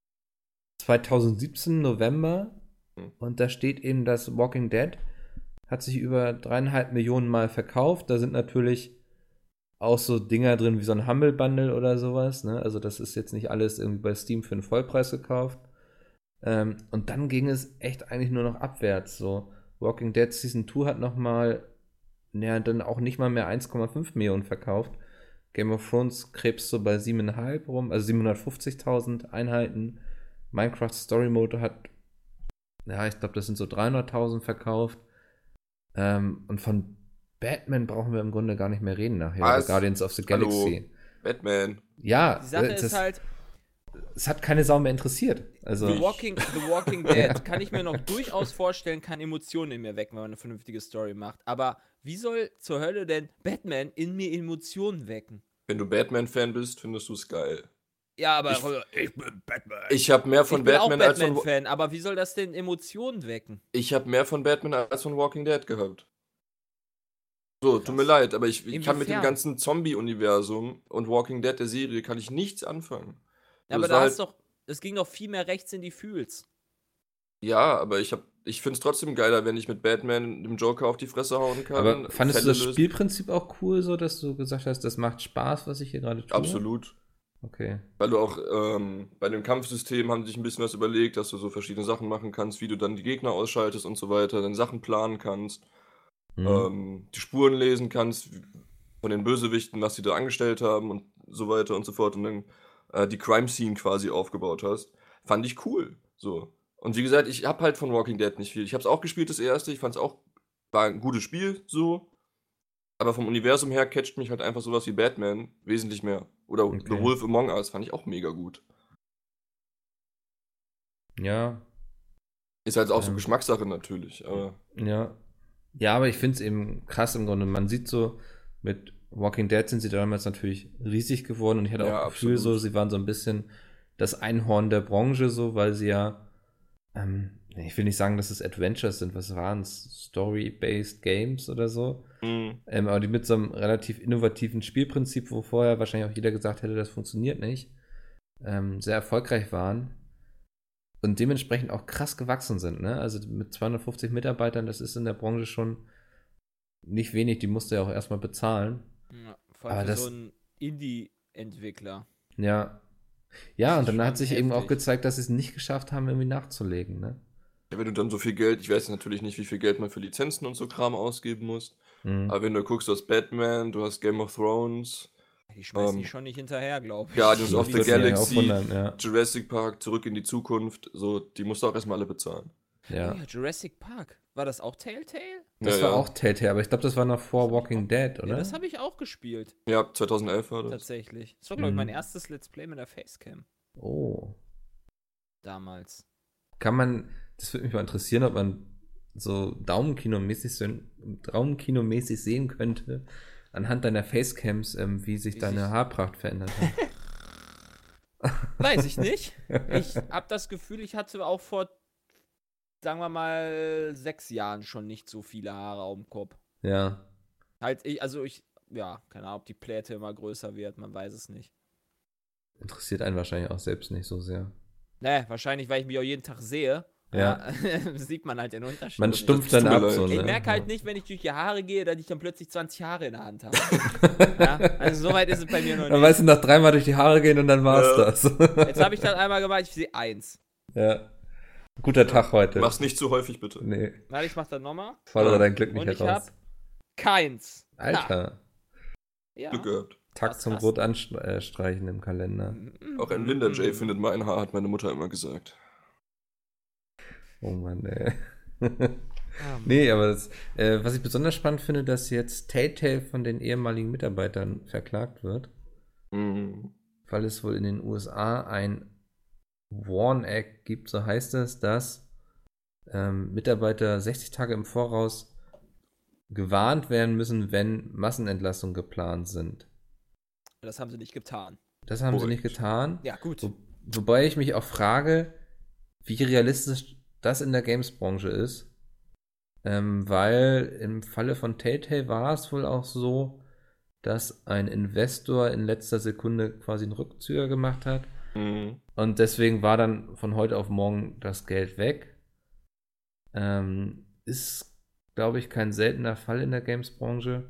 zweitausendsiebzehn, November. Hm. Und da steht eben, dass Walking Dead hat sich über dreieinhalb Millionen Mal verkauft. Da sind natürlich auch so Dinger drin wie so ein Humble Bundle oder sowas. Ne? Also das ist jetzt nicht alles irgendwie bei Steam für einen Vollpreis gekauft. Ähm, und dann ging es echt eigentlich nur noch abwärts. So Walking Dead Season zwei hat nochmal, ja, dann auch nicht mal mehr eins Komma fünf Millionen verkauft. Game of Thrones krebst so bei sieben Komma fünf rum, also siebenhundertfünfzigtausend Einheiten. Minecraft Story Mode hat, ja, ich glaube, das sind so dreihunderttausend verkauft. Ähm, und von Batman brauchen wir im Grunde gar nicht mehr reden nachher. Was? Oder Guardians of the Hallo? Galaxy. Batman. Ja, Die Sache äh, ist das, halt, es hat keine Sau mehr interessiert. Also, The Walking, The Walking Dead kann ich mir noch durchaus vorstellen, kann Emotionen in mir wecken, wenn man eine vernünftige Story macht. Aber wie soll zur Hölle denn Batman in mir Emotionen wecken? Wenn du Batman-Fan bist, findest du es geil. Ja, aber Ich- ich, bin Batman. Ich habe mehr von ich bin Batman, auch als von Batman-Fan, aber wie soll das denn Emotionen wecken? ich habe mehr von Batman als von Walking Dead gehabt. So, tut Krass. mir leid, aber ich, ich kann mit dem Inwiefern? ganzen Zombie-Universum und Walking Dead der Serie kann ich nichts anfangen. Ja, So, aber es da war hast halt- doch, es ging doch viel mehr rechts in die Fühls. Ja, aber ich hab, ich find's trotzdem geiler, wenn ich mit Batman dem Joker auf die Fresse hauen kann. aber fandest Fälle du das lösen. Spielprinzip auch cool, so dass du gesagt hast, das macht Spaß, was ich hier gerade tue? Absolut. Okay. Weil du auch ähm, bei dem Kampfsystem haben sie sich ein bisschen was überlegt, dass du so verschiedene Sachen machen kannst, wie du dann die Gegner ausschaltest und so weiter, dann Sachen planen kannst, Mhm. ähm, die Spuren lesen kannst wie- von den Bösewichten, was sie da angestellt haben und so weiter und so fort und dann äh, die Crime Scene quasi aufgebaut hast. Fand ich cool. So. Und wie gesagt, ich habe halt von Walking Dead nicht viel. Ich habe es auch gespielt, das erste. Ich fand es auch, war ein gutes Spiel, so. Aber vom Universum her catcht mich halt einfach sowas wie Batman wesentlich mehr. Oder Okay. The Wolf Among Us fand ich auch mega gut. Ja, Ist halt auch so Ähm. Geschmackssache natürlich. Aber ja. Ja, aber ich finde es eben krass im Grunde. Man sieht so, mit Walking Dead sind sie damals natürlich riesig geworden und ich hatte auch Ja, das Gefühl, absolut. so, sie waren so ein bisschen das Einhorn der Branche, so, weil sie ja, ähm, ich will nicht sagen, dass es Adventures sind, was waren es? Story-based Games oder so. Mhm. Ähm, aber die mit so einem relativ innovativen Spielprinzip, wo vorher wahrscheinlich auch jeder gesagt hätte, das funktioniert nicht, ähm, sehr erfolgreich waren und dementsprechend auch krass gewachsen sind. Ne? Also mit zweihundertfünfzig Mitarbeitern, das ist in der Branche schon nicht wenig, die musste ja auch erstmal bezahlen. Ja, vor allem Aber für das- so einen Indie-Entwickler. Ja. Ja, Das und ist dann schon hat sich eben auch heftig. gezeigt, dass sie es nicht geschafft haben, irgendwie nachzulegen. Ne? Ja, wenn du dann so viel Geld, ich weiß natürlich nicht, wie viel Geld man für Lizenzen und so Kram ausgeben muss, Mhm. aber wenn du guckst, du hast Batman, du hast Game of Thrones, Die schmeißen Ähm, die schon nicht hinterher, glaube ich. Guardians of Das the würde mich auch Galaxy, wundern, ja. Jurassic Park, Zurück in die Zukunft, so, die musst du auch erstmal alle bezahlen. Ja. Oh ja, Jurassic Park. War das auch Telltale? Das Ja, war ja. auch Telltale, aber ich glaube, das war noch vor Das hab ich Walking auch- Dead, Ja, oder? das habe ich auch gespielt. Ja, zweitausendelf war das. Tatsächlich. Das war, glaube ich, Mhm. mein erstes Let's Play mit der Facecam. Oh. Damals. Kann man, das würde mich mal interessieren, ob man so Daumenkinomäßig, so, Daumenkinomäßig sehen könnte, anhand deiner Facecams, ähm, wie sich Wie deine sich- Haarpracht verändert hat. Weiß ich nicht. Ich habe das Gefühl, ich hatte auch vor, sagen wir mal, sechs Jahren schon nicht so viele Haare auf dem Kopf. Ja. Halt, ich, also ich, ja, keine Ahnung, ob die Pläte immer größer wird, man weiß es nicht. Interessiert einen wahrscheinlich auch selbst nicht so sehr. Ne, wahrscheinlich, weil ich mich auch jeden Tag sehe Ja. Ja. Sieht man halt den Unterschied. Man nicht. stumpft Das dann tut ab. mir So, leid. ne? Ich merke halt nicht, wenn ich durch die Haare gehe, dass ich dann plötzlich zwanzig Haare in der Hand habe. Ja? Also so weit ist es bei mir noch Dann nicht. weißt du, nach dreimal durch die Haare gehen und dann war's Ja. das. Jetzt habe ich dann einmal gemacht, ich sehe eins. Ja. Guter Tag heute. Mach's nicht zu häufig, bitte. Nee, Warte, ich mach das nochmal. fordere dein Glück nicht Und ich heraus. hab keins. Alter, Ja. Glück gehabt. Tag krass, zum krass. Rot anstreichen im Kalender. Auch ein blinder Jay findet mal ein Haar, hat meine Mutter immer gesagt. Oh Mann, ey. Ah, Nee, aber das, äh, was ich besonders spannend finde, dass jetzt Telltale von den ehemaligen Mitarbeitern verklagt wird, Mhm. weil es wohl in den U S A ein Warn Act gibt, so heißt es, dass ähm, Mitarbeiter sechzig Tage im Voraus gewarnt werden müssen, wenn Massenentlassungen geplant sind. Das haben sie nicht getan. Das haben sie Korrekt. nicht getan. Ja, gut. Wo, wobei ich mich auch frage, wie realistisch das in der Games-Branche ist. Ähm, weil im Falle von Telltale war es wohl auch so, dass ein Investor in letzter Sekunde quasi einen Rückzieher gemacht hat. Mhm. Und deswegen war dann von heute auf morgen das Geld weg. Ähm, ist, glaube ich, kein seltener Fall in der Games-Branche.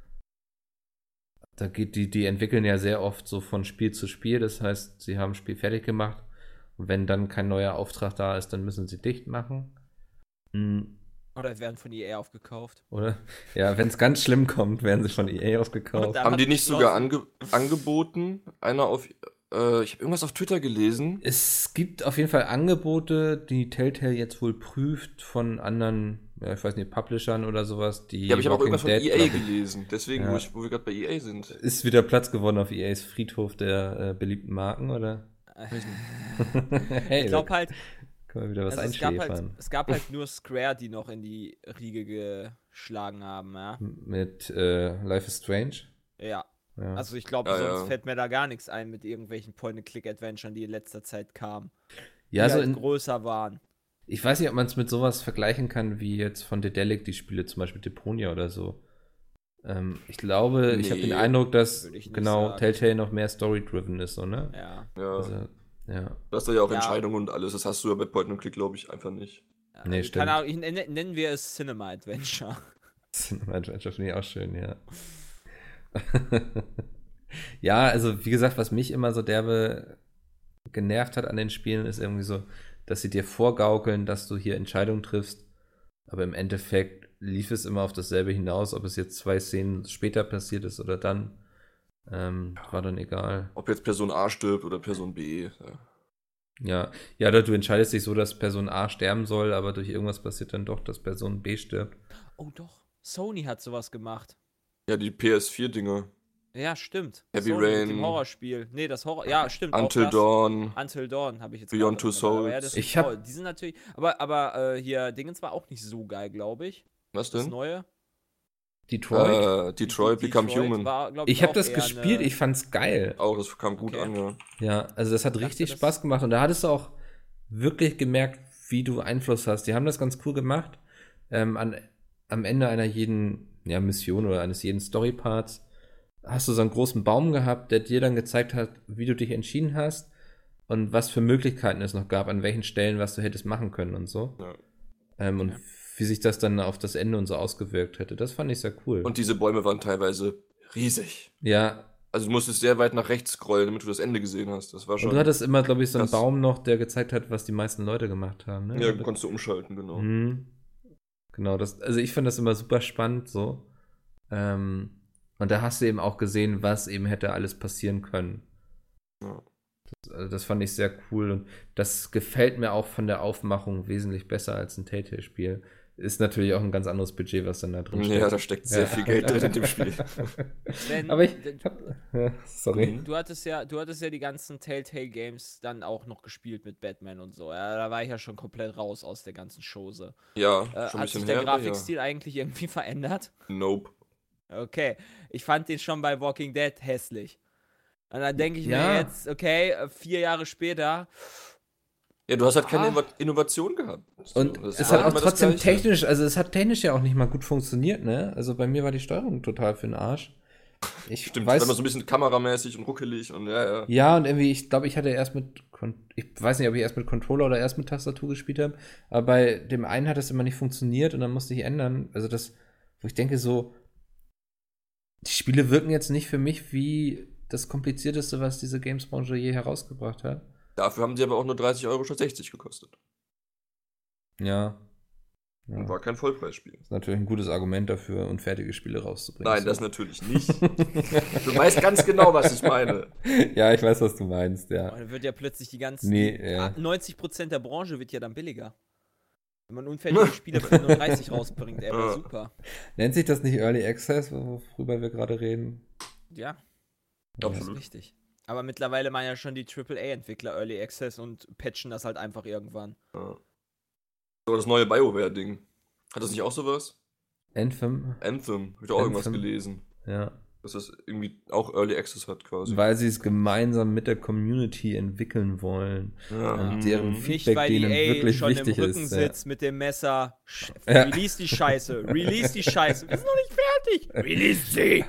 Da geht die, die entwickeln ja sehr oft so von Spiel zu Spiel. Das heißt, sie haben ein Spiel fertig gemacht. Und wenn dann kein neuer Auftrag da ist, dann müssen sie dicht machen. Hm, Oder werden von E A aufgekauft. oder? Ja, wenn es ganz schlimm kommt, werden sie von E A Und aufgekauft. dann- Haben die hat nicht beschlossen- sogar ange angeboten? Einer auf. Äh, ich habe irgendwas auf Twitter gelesen. Es gibt auf jeden Fall Angebote, die Telltale jetzt wohl prüft von anderen, ja, ich weiß nicht, Publishern oder sowas, die Ja, aber ich habe auch Walking irgendwas von Dead, E A glaub ich, gelesen. Deswegen, Ja. wo, ich, wo wir gerade bei E A sind. ist wieder Platz geworden auf E As Friedhof der äh, beliebten Marken, oder? Hey, Ich glaube da halt, können wir wieder was also es, gab halt, einschläfern. es gab halt nur Square, die noch in die Riege geschlagen haben, ja. Mit äh, Life is Strange. Ja, Ja. also ich glaube, Ja, sonst ja. fällt mir da gar nichts ein mit irgendwelchen Point-and-Click-Adventuren, die in letzter Zeit kamen. ja, die also halt in, größer waren. ich weiß nicht, ob man es mit sowas vergleichen kann, wie jetzt von Dedelic die Spiele, zum Beispiel Deponia oder so. Ähm, ich glaube, ich habe den Nee, Eindruck, dass würde ich nicht genau sagen. Telltale noch mehr Story-driven ist, so, ne? Ja. Ja. Also, ja. Du hast da ja auch Ja. Entscheidungen und alles. Das hast du ja bei Point and Click, glaube ich, einfach nicht. Ja, Nee, also stimmt. Keine Ahnung, ich, nenne- nennen wir es Cinema Adventure. Cinema Adventure finde ich auch schön, ja. Ja, also wie gesagt, was mich immer so derbe genervt hat an den Spielen, ist irgendwie so, dass sie dir vorgaukeln, dass du hier Entscheidungen triffst, aber im Endeffekt lief es immer auf dasselbe hinaus, ob es jetzt zwei Szenen später passiert ist oder dann. Ähm, war dann egal. Ob jetzt Person A stirbt oder Person B. Ja. Ja, ja, oder du entscheidest dich so, dass Person A sterben soll, aber durch irgendwas passiert dann doch, dass Person B stirbt. Oh doch, Sony hat sowas gemacht. Ja, die P S vier Dinger. Ja, stimmt. Heavy Sony mit Rain. dem Horrorspiel. Nee, das Horror. Ja, stimmt. auch Until das. Dawn. Until Dawn habe ich jetzt Beyond gerade Two dabei. Aber ja, Souls. das Ich ist hab- toll. Die sind natürlich. Aber, aber äh, hier, Dingens war auch nicht so geil, glaube ich. Was Das denn? neue. Detroit. Äh, Detroit Become Detroit Human. war, glaub Ich habe auch das eher gespielt, eine- ich fand's geil. Auch, das kam gut Okay. an, ja. Ja, also das hat dachte, richtig das- Spaß gemacht und da hattest du auch wirklich gemerkt, wie du Einfluss hast. Die haben das ganz cool gemacht. Ähm, an, am Ende einer jeden ja, Mission oder eines jeden Storyparts hast du so einen großen Baum gehabt, der dir dann gezeigt hat, wie du dich entschieden hast und was für Möglichkeiten es noch gab, an welchen Stellen, was du hättest machen können und so. Ja. Ähm, und Ja. wie sich das dann auf das Ende und so ausgewirkt hätte. Das fand ich sehr cool. Und diese Bäume waren teilweise riesig. ja, Also du musstest sehr weit nach rechts scrollen, damit du das Ende gesehen hast. Das war und schon. du hattest immer, glaube ich, so einen krass. Baum noch, der gezeigt hat, was die meisten Leute gemacht haben. Ne? Ja, konntest du umschalten, genau. Mhm. Genau, das, also ich fand das immer super spannend so. Ähm, und da hast du eben auch gesehen, was eben hätte alles passieren können. Ja. Das, also das fand ich sehr cool und das gefällt mir auch von der Aufmachung wesentlich besser als ein Telltale-Spiel. Ist natürlich auch ein ganz anderes Budget, was dann da drin steckt. Ja, da steckt sehr Ja. viel Geld drin in dem Spiel. Wenn- Aber ich wenn- hab, ja, sorry. Mhm. Du hattest ja, du hattest ja die ganzen Telltale-Games dann auch noch gespielt mit Batman und so. Ja, da war ich ja schon komplett raus aus der ganzen Chose. Ja, Äh, schon ein hat bisschen sich der her. aber Grafikstil eigentlich irgendwie verändert? Ja. Nope. Okay, ich fand den schon bei Walking Dead hässlich. Und dann denke ich Ja. mir jetzt, okay, äh, vier Jahre später, Ja, du hast halt keine Ah. Inno- Innovation gehabt. So, Und das es war hat auch immer das trotzdem Gleiche. technisch, also es hat technisch ja auch nicht mal gut funktioniert, ne? Also bei mir war die Steuerung total für den Arsch. Ich Stimmt, weiß, das war immer so ein bisschen kameramäßig und ruckelig und ja, ja. ja, und irgendwie, ich glaube, ich hatte erst mit, Kon- ich weiß nicht, ob ich erst mit Controller oder erst mit Tastatur gespielt habe, aber bei dem einen hat das immer nicht funktioniert und dann musste ich ändern. Also das, wo ich denke so, die Spiele wirken jetzt nicht für mich wie das komplizierteste, was diese Games-Branche je herausgebracht hat. Dafür haben sie aber auch nur dreißig Euro statt sechzig gekostet. Ja. Und ja. war kein Vollpreisspiel. Das ist natürlich ein gutes Argument dafür, unfertige Spiele rauszubringen. Nein, so. das natürlich nicht. Du weißt ganz genau, was ich meine. Ja, ich weiß, was du meinst, Oh, ja. dann wird ja plötzlich die ganzen. Nee, die, ja. neunzig Prozent der Branche wird ja dann billiger. Wenn man unfertige Spiele für nur dreißig rausbringt, ey, wäre Ja. super. Nennt sich das nicht Early Access, worüber wir gerade reden? Ja, das ist Absolut. richtig. Aber mittlerweile meinen ja schon die Triple A-Entwickler Early Access und patchen das halt einfach irgendwann. Ja. So, das neue BioWare-Ding. Hat das nicht auch sowas? Anthem, Anthem. Hab ich auch irgendwas Anthem. gelesen. ja. Dass das irgendwie auch Early Access hat quasi. Weil sie es gemeinsam mit der Community entwickeln wollen. Ja. Und Mhm. deren Nicht, Feedback weil denen E A wirklich schon im wichtig Rücken ist. sitzt mit dem Messer. Sch- Ja. Release die Scheiße, release die Scheiße. Wir sind noch nicht fertig. Release sie.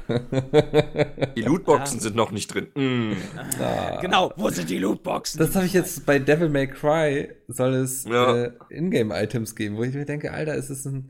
Ja. Die Lootboxen sind noch nicht drin. Mm. Ah. Genau, wo sind die Lootboxen? Das habe ich jetzt bei Devil May Cry, soll es Ja. äh, Ingame-Items geben, wo ich mir denke, Alter, es ist ein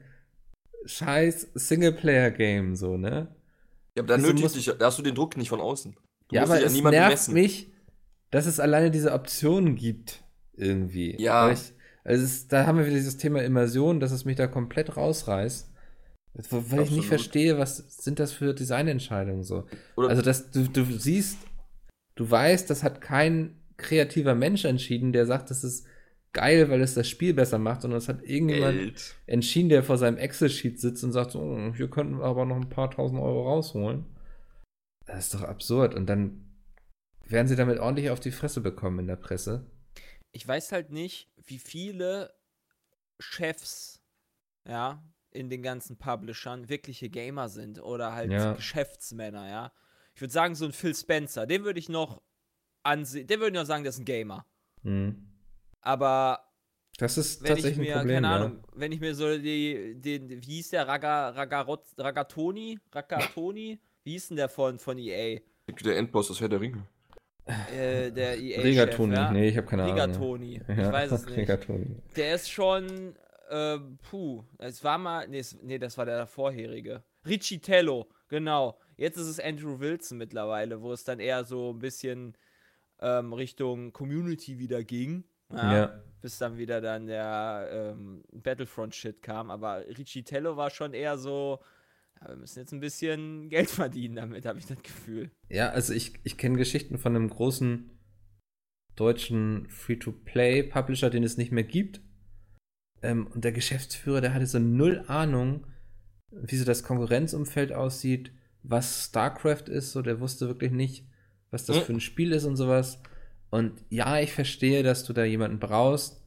scheiß Singleplayer-Game, so, ne? Ja, aber da Wieso nötigt muss- dich, da hast du den Druck nicht von außen. Du Ja, musst aber dich an es niemanden nervt messen. mich, dass es alleine diese Optionen gibt, irgendwie. Ja. Weil Ich, also es ist, da haben wir wieder dieses Thema Immersion, dass es mich da komplett rausreißt. Weil ich Absolut. nicht verstehe, was sind das für Designentscheidungen so. Oder Also, dass du, du siehst, du weißt, das hat kein kreativer Mensch entschieden, der sagt, das ist geil, weil es das Spiel besser macht, sondern es hat irgendjemand Geld. entschieden, der vor seinem Excel-Sheet sitzt und sagt, so, oh, hier könnten wir aber noch ein paar tausend Euro rausholen. Das ist doch absurd. Und dann werden sie damit ordentlich auf die Fresse bekommen in der Presse. Ich weiß halt nicht, wie viele Chefs, ja, in den ganzen Publishern wirkliche Gamer sind oder halt Ja. Geschäftsmänner, ja. Ich würde sagen, so ein Phil Spencer, den würde ich noch ansehen, den würde ich noch sagen, der ist ein Gamer. Hm. Aber Das ist wenn ich tatsächlich mir, ein Problem, keine ja. Ahnung, wenn ich mir so die, den, wie hieß der, Raga, Ragarot, Ragatoni? Ragatoni? Wie hieß denn der von, von E Der Endboss aus Herr der Ringe. A? Äh, der E A-Chef, Rigatoni, ja? nee, ich habe keine Ahnung. Rigatoni, ich Ja, weiß es nicht. Rigatoni. Der ist schon, äh, puh, es war mal, nee, es, nee, das war der vorherige. Riccitello, genau. Jetzt ist es Andrew Wilson mittlerweile, wo es dann eher so ein bisschen ähm, Richtung Community wieder ging. Ja, Ja. Bis dann wieder dann der ähm, Battlefront-Shit kam. Aber Riccitello war schon eher so, ja, wir müssen jetzt ein bisschen Geld verdienen damit, habe ich das Gefühl. Ja, also ich, ich kenne Geschichten von einem großen deutschen Free-to-Play-Publisher, den es nicht mehr gibt. Ähm, und der Geschäftsführer, der hatte so null Ahnung, wie so das Konkurrenzumfeld aussieht, was StarCraft ist, so der wusste wirklich nicht, was das Mhm. für ein Spiel ist und sowas. Und ja, ich verstehe, dass du da jemanden brauchst,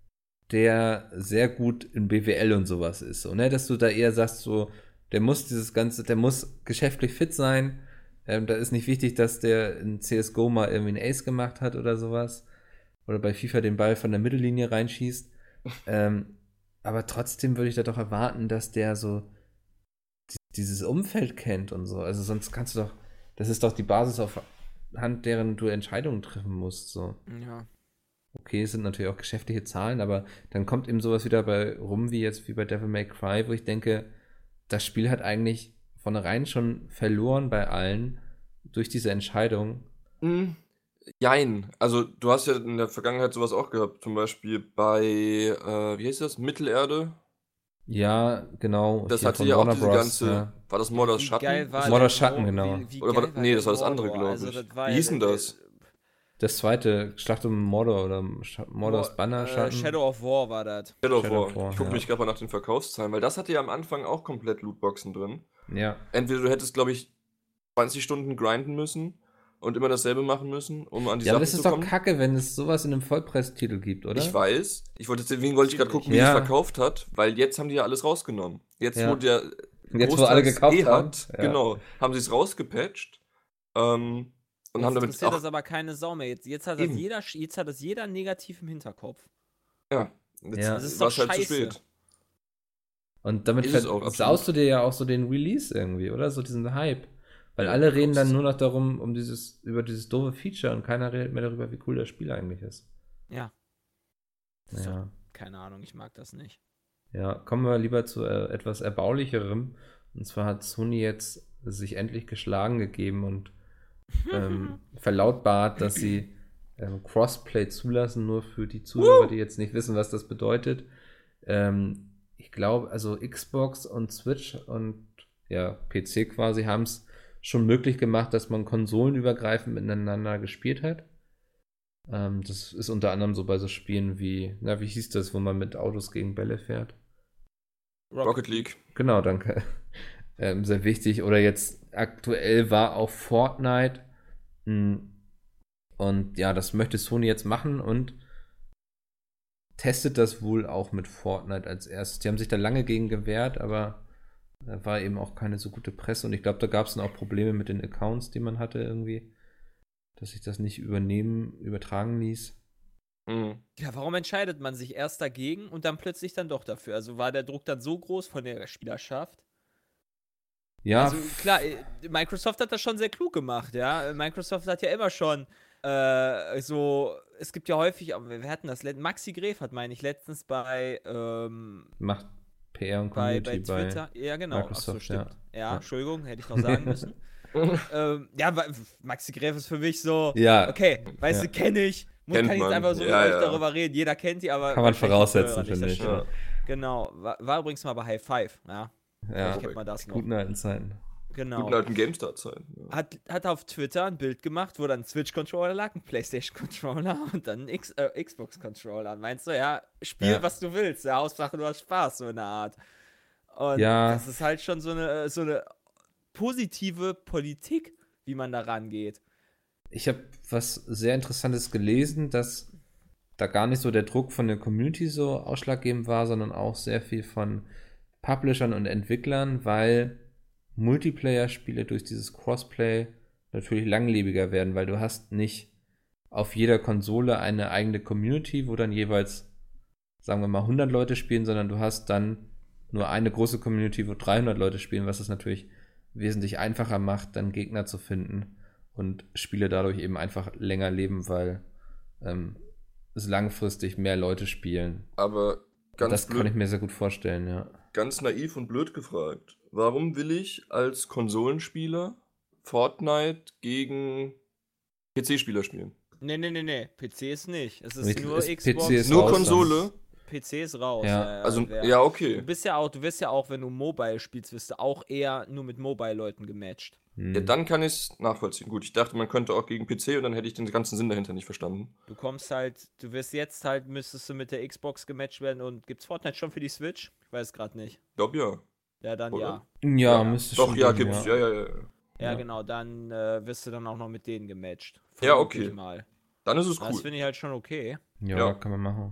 der sehr gut in B W L und sowas ist, so, ne, dass du da eher sagst, so, der muss dieses ganze, der muss geschäftlich fit sein. Ähm, da ist nicht wichtig, dass der in C S G O mal irgendwie einen Ace gemacht hat oder sowas. Oder bei FIFA den Ball von der Mittellinie reinschießt. ähm, aber trotzdem würde ich da doch erwarten, dass der so die, dieses Umfeld kennt und so. Also sonst kannst du doch, das ist doch die Basis, auf Hand deren du Entscheidungen treffen musst, so. Ja. Okay, es sind natürlich auch geschäftliche Zahlen, aber dann kommt eben sowas wieder bei rum, wie jetzt wie bei Devil May Cry, wo ich denke, das Spiel hat eigentlich von vornherein schon verloren bei allen durch diese Entscheidung. Mhm. Jein. Also, du hast ja in der Vergangenheit sowas auch gehabt. Zum Beispiel bei, äh, wie heißt das? Mittelerde. Ja, genau. Das hier hatte von ja auch Warner diese Bros, ganze. ja. War das Mordors Wie Schatten? geil war Mordor der Schatten, Mor- genau. Wie, wie Oder war geil das- war nee, der das war das andere, Mordor? glaub Also, ich. das war Wie ja hieß denn der- das? Das zweite, Schlacht um Mordor oder Sch- Mordors Mor- Banner äh, Schatten. Shadow of War war das. Shadow of Shadow War. of War, Ich gucke ja. mich gerade mal nach den Verkaufszahlen, weil das hatte ja am Anfang auch komplett Lootboxen drin. Ja. Entweder du hättest, glaube ich, zwanzig Stunden grinden müssen und immer dasselbe machen müssen, um an die Ja, aber Sachen das zu ist doch kommen. kacke, wenn es sowas in einem Vollpreistitel gibt, oder? Ich weiß. Ich wollte, deswegen wollte ich gerade gucken, wie Ja. es verkauft hat, weil jetzt haben die ja alles rausgenommen. Jetzt, Ja. wo der Jetzt, wo alle Großteils gekauft eh haben. hat, Ja. genau, haben sie es rausgepatcht. Ähm, und Jetzt haben damit interessiert auch, das aber keine Sau mehr. Jetzt, jetzt, hat das Eben. jeder, jetzt hat das jeder negativ im Hinterkopf. ja, jetzt Ja. Das ist war es doch halt zu scheiße. spät. Und damit Ist es auch, versaust du dir ja auch so den Release irgendwie, oder? So diesen Hype. Weil Ja, alle reden dann kommst- nur noch darum, um dieses, über dieses doofe Feature und keiner redet mehr darüber, wie cool das Spiel eigentlich ist. Ja. Das ist Ja. doch, keine Ahnung, ich mag das nicht. Ja, kommen wir lieber zu äh, etwas Erbaulicherem. Und zwar hat Sony jetzt sich endlich geschlagen gegeben und ähm, verlautbart, dass sie ähm, Crossplay zulassen, nur für die Zuhörer, die jetzt nicht wissen, was das bedeutet. Ähm, ich glaube, also Xbox und Switch und ja, P C quasi haben es schon möglich gemacht, dass man konsolenübergreifend miteinander gespielt hat. Ähm, das ist unter anderem so bei so Spielen wie, na, wie hieß das, wo man mit Autos gegen Bälle fährt? Rocket League. Genau, danke. Ähm, sehr wichtig. Oder jetzt aktuell war auch Fortnite. Mm. Und ja, das möchte Sony jetzt machen und testet das wohl auch mit Fortnite als erstes. Die haben sich da lange gegen gewehrt, aber da war eben auch keine so gute Presse. Und ich glaube, da gab es dann auch Probleme mit den Accounts, die man hatte irgendwie, dass sich das nicht übernehmen, übertragen ließ. Mhm. Ja, warum entscheidet man sich erst dagegen und dann plötzlich dann doch dafür? Also war der Druck dann so groß von der Spielerschaft? Ja, Also klar, äh, Microsoft hat das schon sehr klug gemacht, ja. Microsoft hat ja immer schon äh, so, es gibt ja häufig, aber wir hatten das, let- Maxi Gref hat, meine ich, letztens bei, ähm, macht P R und bei, Community bei Twitter, ja genau, ach so, Microsoft, stimmt. Ja, Ja. Entschuldigung, hätte ich noch sagen müssen. ähm, ja, weil Maxi Gref ist für mich so, Ja, okay, weißt Ja. du, kenne ich, muss Kennt kann ich jetzt man. einfach so Ja, mit euch ja. darüber reden, jeder kennt die, aber Kann man wahrscheinlich voraussetzen, die Hörer finde nicht, ich. das stimmt. Ja. Genau, war, war übrigens mal bei High Five, ja, ja, vielleicht kennt man das die noch. guten alten Zeiten. Genau. Guten alten GameStar-Zeiten. Ja. Hat, hat auf Twitter ein Bild gemacht, wo dann ein Switch-Controller lag, ein PlayStation-Controller und dann ein X, äh, Xbox-Controller. Meinst du, ja, spiel, Ja. was du willst. Ja, Hauptsache, du hast Spaß, so eine Art. Und Ja. das ist halt schon so eine, so eine positive Politik, wie man da rangeht. Ich habe was sehr Interessantes gelesen, dass da gar nicht so der Druck von der Community so ausschlaggebend war, sondern auch sehr viel von Publishern und Entwicklern, weil Multiplayer-Spiele durch dieses Crossplay natürlich langlebiger werden, weil du hast nicht auf jeder Konsole eine eigene Community, wo dann jeweils, sagen wir mal, hundert Leute spielen, sondern du hast dann nur eine große Community, wo dreihundert Leute spielen, was es natürlich wesentlich einfacher macht, dann Gegner zu finden und Spiele dadurch eben einfach länger leben, weil ähm, es langfristig mehr Leute spielen. Aber ganz das blöd, kann ich mir sehr gut vorstellen, ja. ganz naiv und blöd gefragt. Warum will ich als Konsolenspieler Fortnite gegen P C-Spieler spielen? Nee, nee, nee, nee, P C ist nicht. Es ist Ich- nur ist- P C Xbox. ist Nur raus, Konsole? P C ist raus. Ja, Also, wer- ja, Du okay. bist ja auch, du wirst ja auch, wenn du Mobile spielst, wirst du auch eher nur mit Mobile-Leuten gematcht. Hm. Ja, dann kann ich es nachvollziehen. Gut, ich dachte, man könnte auch gegen P C und dann hätte ich den ganzen Sinn dahinter nicht verstanden. Du kommst halt, du wirst jetzt halt, müsstest du mit der Xbox gematcht werden und gibt's Fortnite schon für die Switch? Ich weiß gerade nicht. Ich glaube ja. Ja, dann Oder? ja. Ja, müsste Doch, schon ja, gehen, gibt's. Ja, ja, ja. ja. Ja, Ja. genau, dann äh, wirst du dann auch noch mit denen gematcht. Ja, Vermute okay. ich Mal. Dann ist es Das cool. finde ich halt schon okay. Ja, Ja. kann man machen.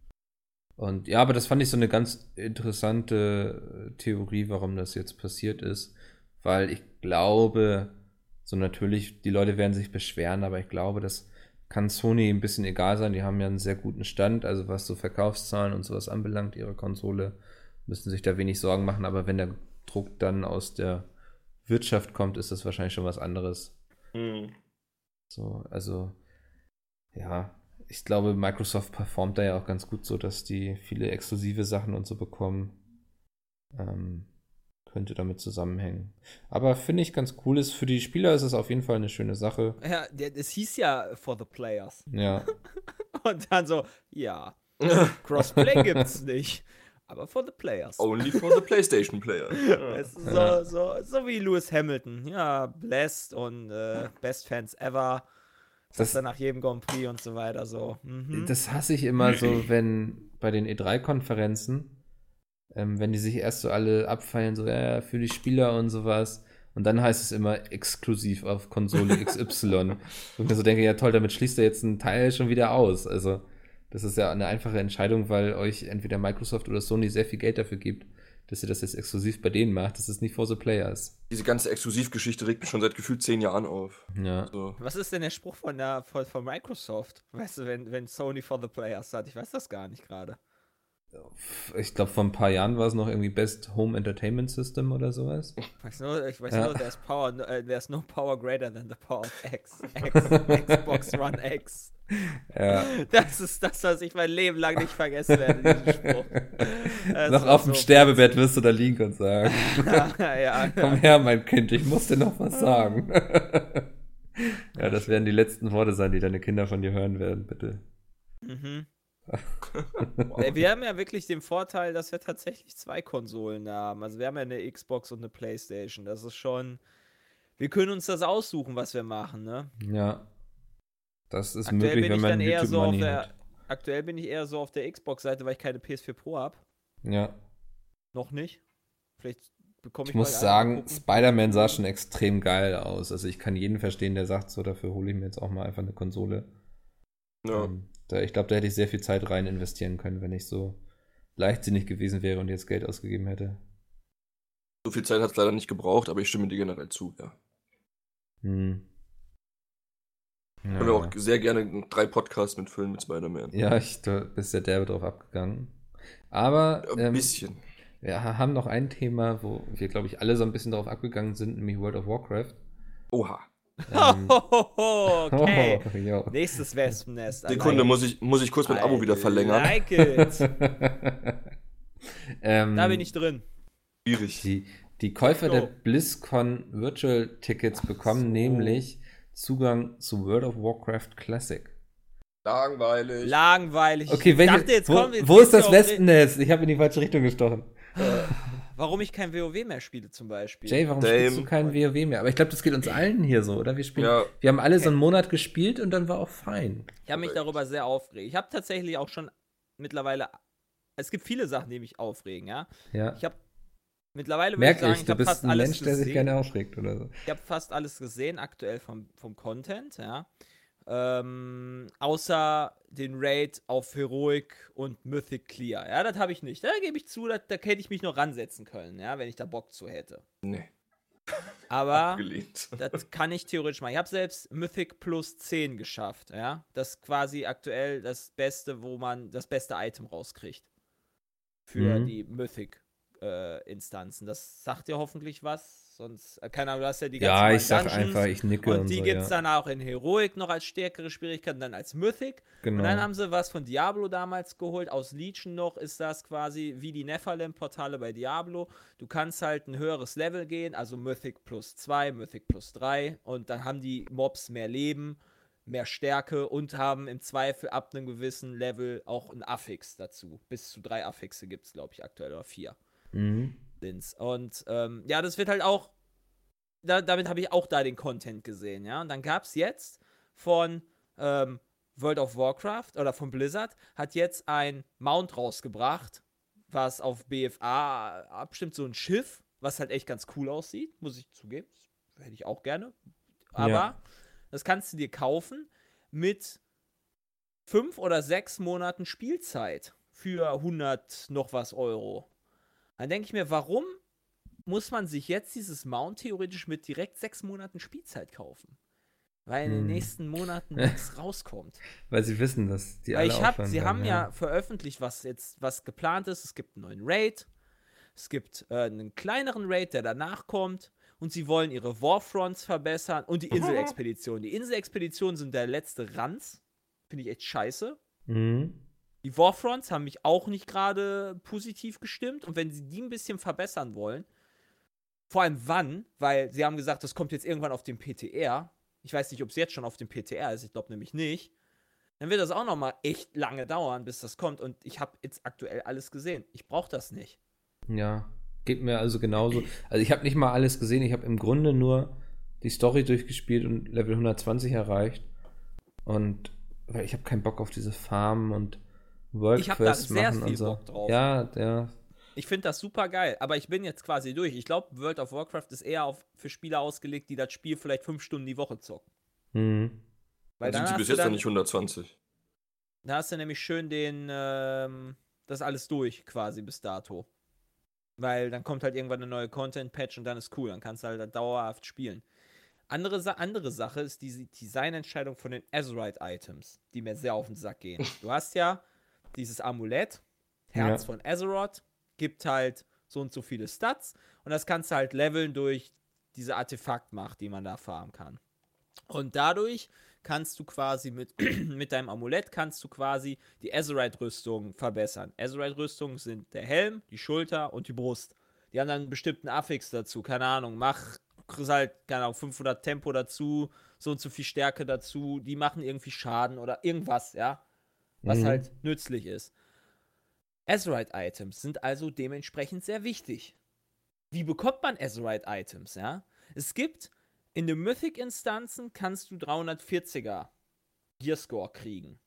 Und ja, aber das fand ich so eine ganz interessante äh, Theorie, warum das jetzt passiert ist. Weil ich glaube, so natürlich, die Leute werden sich beschweren, aber ich glaube, das kann Sony ein bisschen egal sein. Die haben ja einen sehr guten Stand, also was so Verkaufszahlen und sowas anbelangt, ihre Konsole, müssen sich da wenig Sorgen machen. Aber wenn der Druck dann aus der Wirtschaft kommt, ist das wahrscheinlich schon was anderes. Hm. So, also, ja, ich glaube, Microsoft performt da ja auch ganz gut so, dass die viele exklusive Sachen und so bekommen. Ähm, könnte damit zusammenhängen. Aber finde ich ganz cool ist, für die Spieler ist es auf jeden Fall eine schöne Sache. Ja, der, es hieß ja for the players. Ja, Und dann so, ja, Crossplay gibt's nicht. Aber for the players. Only for the PlayStation Player. Es ist so, Ja. so, so wie Lewis Hamilton. Ja, blessed und äh, best fans ever. Das Das- ist dann nach jedem Grand Prix und so weiter so. Mhm. das hasse ich immer so, wenn bei den E drei Konferenzen, ähm, wenn die sich erst so alle abfeiern, so ja, für die Spieler und sowas. Und dann heißt es immer exklusiv auf Konsole X Y. Und ich mir so denke, ja toll, damit schließt er jetzt einen Teil schon wieder aus. Also, das ist ja eine einfache Entscheidung, weil euch entweder Microsoft oder Sony sehr viel Geld dafür gibt, dass ihr das jetzt exklusiv bei denen macht. Das ist nicht for the players. Diese ganze Exklusivgeschichte regt mich schon seit gefühlt zehn Jahren auf. Ja. So. Was ist denn der Spruch von, der, von, von Microsoft? Weißt du, wenn, wenn Sony for the players hat? Ich weiß das gar nicht gerade. Ich glaube, vor ein paar Jahren war es noch irgendwie Best Home Entertainment System oder sowas. Ich weiß nur, ich weiß Ja. nur there's, power, äh, there's no power greater than the power of X. X Xbox One X. Ja. Das ist das, was ich mein Leben lang nicht vergessen werde, diesen Spruch. Das Noch war auf dem so Sterbebett wirst du da liegen und sagen: ja, Komm her, mein Kind, ich muss dir noch was sagen. Ja, das werden die letzten Worte sein, die deine Kinder von dir hören werden, bitte. Mhm. Äh, Wir haben ja wirklich den Vorteil, dass wir tatsächlich zwei Konsolen haben. Also wir haben ja eine Xbox und eine PlayStation. Das ist schon. Wir können uns das aussuchen, was wir machen, ne? Ja. Das ist Aktuell möglich, bin wenn ich man dann eher YouTube so auf Money der. hat. Aktuell bin ich eher so auf der Xbox-Seite, weil ich keine P S vier Pro habe. Ja. Noch nicht. Vielleicht bekomme ich Ich muss bald sagen, eine, mal gucken. Spider-Man sah schon extrem geil aus. Also ich kann jeden verstehen, der sagt, so, dafür hole ich mir jetzt auch mal einfach eine Konsole. Ja. Ähm, da, ich glaube, da hätte ich sehr viel Zeit rein investieren können, wenn ich so leichtsinnig gewesen wäre und jetzt Geld ausgegeben hätte. So viel Zeit hat es leider nicht gebraucht, aber ich stimme dir generell zu, ja. Hm. Können wir auch sehr gerne drei Podcasts mitfüllen mit Spider-Man. Ja, ich, du bist ja derbe drauf abgegangen. Aber Ein ähm, bisschen. wir haben noch ein Thema, wo wir, glaube ich, alle so ein bisschen drauf abgegangen sind, nämlich World of Warcraft. Oha. Ähm, Okay. oh, jo. Nächstes Wespennest. I Sekunde, like muss ich, muss ich kurz mein it. Abo wieder I verlängern. Like it. ähm, Da bin ich drin. Schwierig. Die, die Käufer Go. der BlizzCon Virtual Tickets bekommen so. nämlich Zugang zu World of Warcraft Classic. Langweilig. Langweilig. Okay, Ich welche, dachte, jetzt wo, kommt, jetzt wo geht's ist das ja um- Wespennest? Ich habe in die falsche Richtung gestochen. Warum ich kein WoW mehr spiele zum Beispiel. Jay, warum Dame. spielst du kein WoW mehr? Aber ich glaube, das geht uns allen hier so, oder? Wir spielen, Ja. wir haben alle so einen Monat gespielt und dann war auch fein. Ich habe mich Korrekt. darüber sehr aufgeregt. Ich habe tatsächlich auch schon mittlerweile. Es gibt viele Sachen, die mich aufregen, ja. Ja. Ich habe mittlerweile würde Merk ich sagen, ich, ich du habe bist fast ein alles Mensch, der sich gesehen. gerne aufregt oder so. Ich habe fast alles gesehen aktuell vom, vom Content, ja. Ähm, außer den Raid auf Heroic und Mythic Clear. Ja, das habe ich nicht. Da gebe ich zu, da, da hätte ich mich noch ransetzen können, ja, wenn ich da Bock zu hätte. Nee. Aber Abgelehnt. das kann ich theoretisch machen. Ich habe selbst Mythic plus zehn geschafft, ja. Das ist quasi aktuell das Beste, wo man das beste Item rauskriegt. Für Mhm. die Mythic-Instanzen. das sagt dir hoffentlich was. Sonst, äh, keine Ahnung, du hast ja die Ja, normalen ich sag Dungeons. einfach, ich nicke und, Und die so, gibt es ja. dann auch in Heroic noch als stärkere Schwierigkeiten, dann als Mythic. Genau. Und dann haben sie was von Diablo damals geholt. Aus Legion noch ist das quasi wie die Nephalem-Portale bei Diablo. Du kannst halt ein höheres Level gehen, also Mythic plus zwei, Mythic plus drei. Und dann haben die Mobs mehr Leben, mehr Stärke und haben im Zweifel ab einem gewissen Level auch ein Affix dazu. Bis zu drei Affixe gibt es, glaube ich, aktuell, oder vier. Mhm. Sind's. Und ähm, ja, das wird halt auch, da, damit habe ich auch da den Content gesehen, ja. Und dann gab es jetzt von ähm, World of Warcraft oder von Blizzard, hat jetzt ein Mount rausgebracht, was auf B F A abstimmt, so ein Schiff, was halt echt ganz cool aussieht, muss ich zugeben. Das hätte ich auch gerne. Aber Ja. das kannst du dir kaufen mit fünf oder sechs Monaten Spielzeit für hundert noch was Euro. Dann denke ich mir, warum muss man sich jetzt dieses Mount theoretisch mit direkt sechs Monaten Spielzeit kaufen? Weil in den Hm. nächsten Monaten nichts rauskommt. Weil sie wissen, dass die Weil alle ich hab, aufhören sie werden, haben ja. veröffentlicht, was jetzt was geplant ist. Es gibt einen neuen Raid. Es gibt äh, einen kleineren Raid, der danach kommt. Und sie wollen ihre Warfronts verbessern und die Inselexpeditionen. Die Inselexpeditionen sind der letzte Ranz. Finde ich echt scheiße. Mhm. Die Warfronts haben mich auch nicht gerade positiv gestimmt. Und wenn sie die ein bisschen verbessern wollen, vor allem wann, weil sie haben gesagt, das kommt jetzt irgendwann auf den P T R. Ich weiß nicht, ob es jetzt schon auf dem P T R ist. Ich glaube nämlich nicht. Dann wird das auch nochmal echt lange dauern, bis das kommt. Und ich habe jetzt aktuell alles gesehen. Ich brauche das nicht. Ja, geht mir also genauso. Also ich habe nicht mal alles gesehen. Ich habe im Grunde nur die Story durchgespielt und Level hundertzwanzig erreicht. Und weil ich habe keinen Bock auf diese Farmen und World Ich hab da Quests sehr machen viel und so. Bock drauf. Ja, ja. Ich finde das super geil, aber ich bin jetzt quasi durch. Ich glaube, World of Warcraft ist eher auf, für Spieler ausgelegt, die das Spiel vielleicht fünf Stunden die Woche zocken. Mhm. Weil Dann sind sie hast bis du jetzt noch dann, nicht hundertzwanzig. da hast du nämlich schön den, ähm, das alles durch quasi bis dato. Weil dann kommt halt irgendwann eine neue Content-Patch und dann ist cool, dann kannst du halt dauerhaft spielen. Andere, Sa- andere Sache ist die Designentscheidung von den Azerite-Items, die mir sehr auf den Sack gehen. Du hast ja dieses Amulett, Herz Ja. von Azeroth, gibt halt so und so viele Stats und das kannst du halt leveln durch diese Artefaktmacht, die man da farmen kann. Und dadurch kannst du quasi mit, mit deinem Amulett kannst du quasi die Azerite-Rüstung verbessern. Azerite-Rüstungen sind der Helm, die Schulter und die Brust. Die haben dann einen bestimmten Affix dazu, keine Ahnung, mach, kriegst halt, keine Ahnung, fünfhundert Tempo dazu, so und so viel Stärke dazu, die machen irgendwie Schaden oder irgendwas, ja, was Mhm. halt nützlich ist. Azerite-Items sind also dementsprechend sehr wichtig. Wie bekommt man Azerite-Items, ja? Es gibt, in den Mythic-Instanzen kannst du dreihundertvierziger Gearscore kriegen.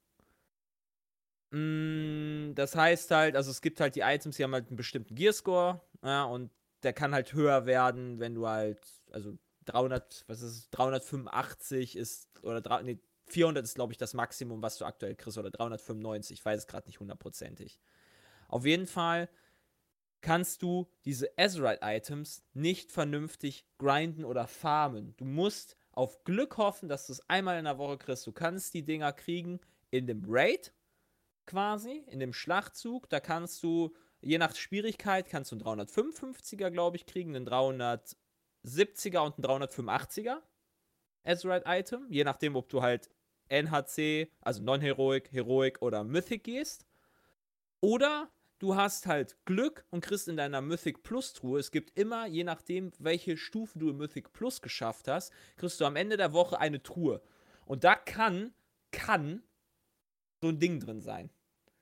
Mm, das heißt halt, also es gibt halt die Items, die haben halt einen bestimmten Gearscore, ja, und der kann halt höher werden, wenn du halt, also dreihundert, was ist es, dreihundertfünfundachtzig ist, oder drei, nee, vierhundert ist, glaube ich, das Maximum, was du aktuell kriegst, oder dreihundertfünfundneunzig, ich weiß es gerade nicht hundertprozentig. Auf jeden Fall kannst du diese Azerite-Items nicht vernünftig grinden oder farmen. Du musst auf Glück hoffen, dass du es einmal in der Woche kriegst. Du kannst die Dinger kriegen in dem Raid quasi, in dem Schlachtzug. Da kannst du, je nach Schwierigkeit, kannst du einen dreihundertfünfundfünfziger, glaube ich, kriegen, einen dreihundertsiebziger und einen dreihundertfünfundachtziger Azerite-Item. Je nachdem, ob du halt N H C, also Non-Heroic, Heroic oder Mythic gehst. Oder du hast halt Glück und kriegst in deiner Mythic Plus Truhe, es gibt immer, je nachdem, welche Stufe du im Mythic Plus geschafft hast, kriegst du am Ende der Woche eine Truhe. Und da kann, kann so ein Ding drin sein.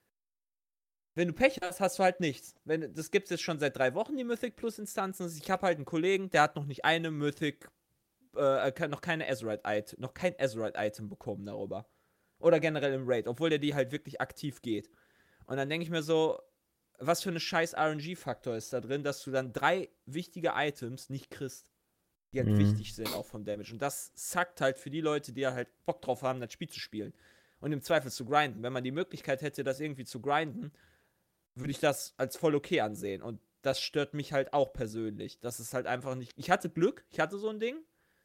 Wenn du Pech hast, hast du halt nichts. Wenn, das gibt es jetzt schon seit drei Wochen, die Mythic Plus Instanzen. Ich habe halt einen Kollegen, der hat noch nicht eine Mythic, äh, noch keine Azerite-Item, noch kein Azerite-Item bekommen darüber. Oder generell im Raid, obwohl der die halt wirklich aktiv geht. Und dann denke ich mir so, was für eine scheiß R N G-Faktor ist da drin, dass du dann drei wichtige Items nicht kriegst, die halt Mhm. wichtig sind auch vom Damage. Und das zackt halt für die Leute, die halt Bock drauf haben, das Spiel zu spielen. Und im Zweifel zu grinden. Wenn man die Möglichkeit hätte, das irgendwie zu grinden, würde ich das als voll okay ansehen. Und das stört mich halt auch persönlich. Das ist halt einfach nicht. Ich hatte Glück, ich hatte so ein Ding,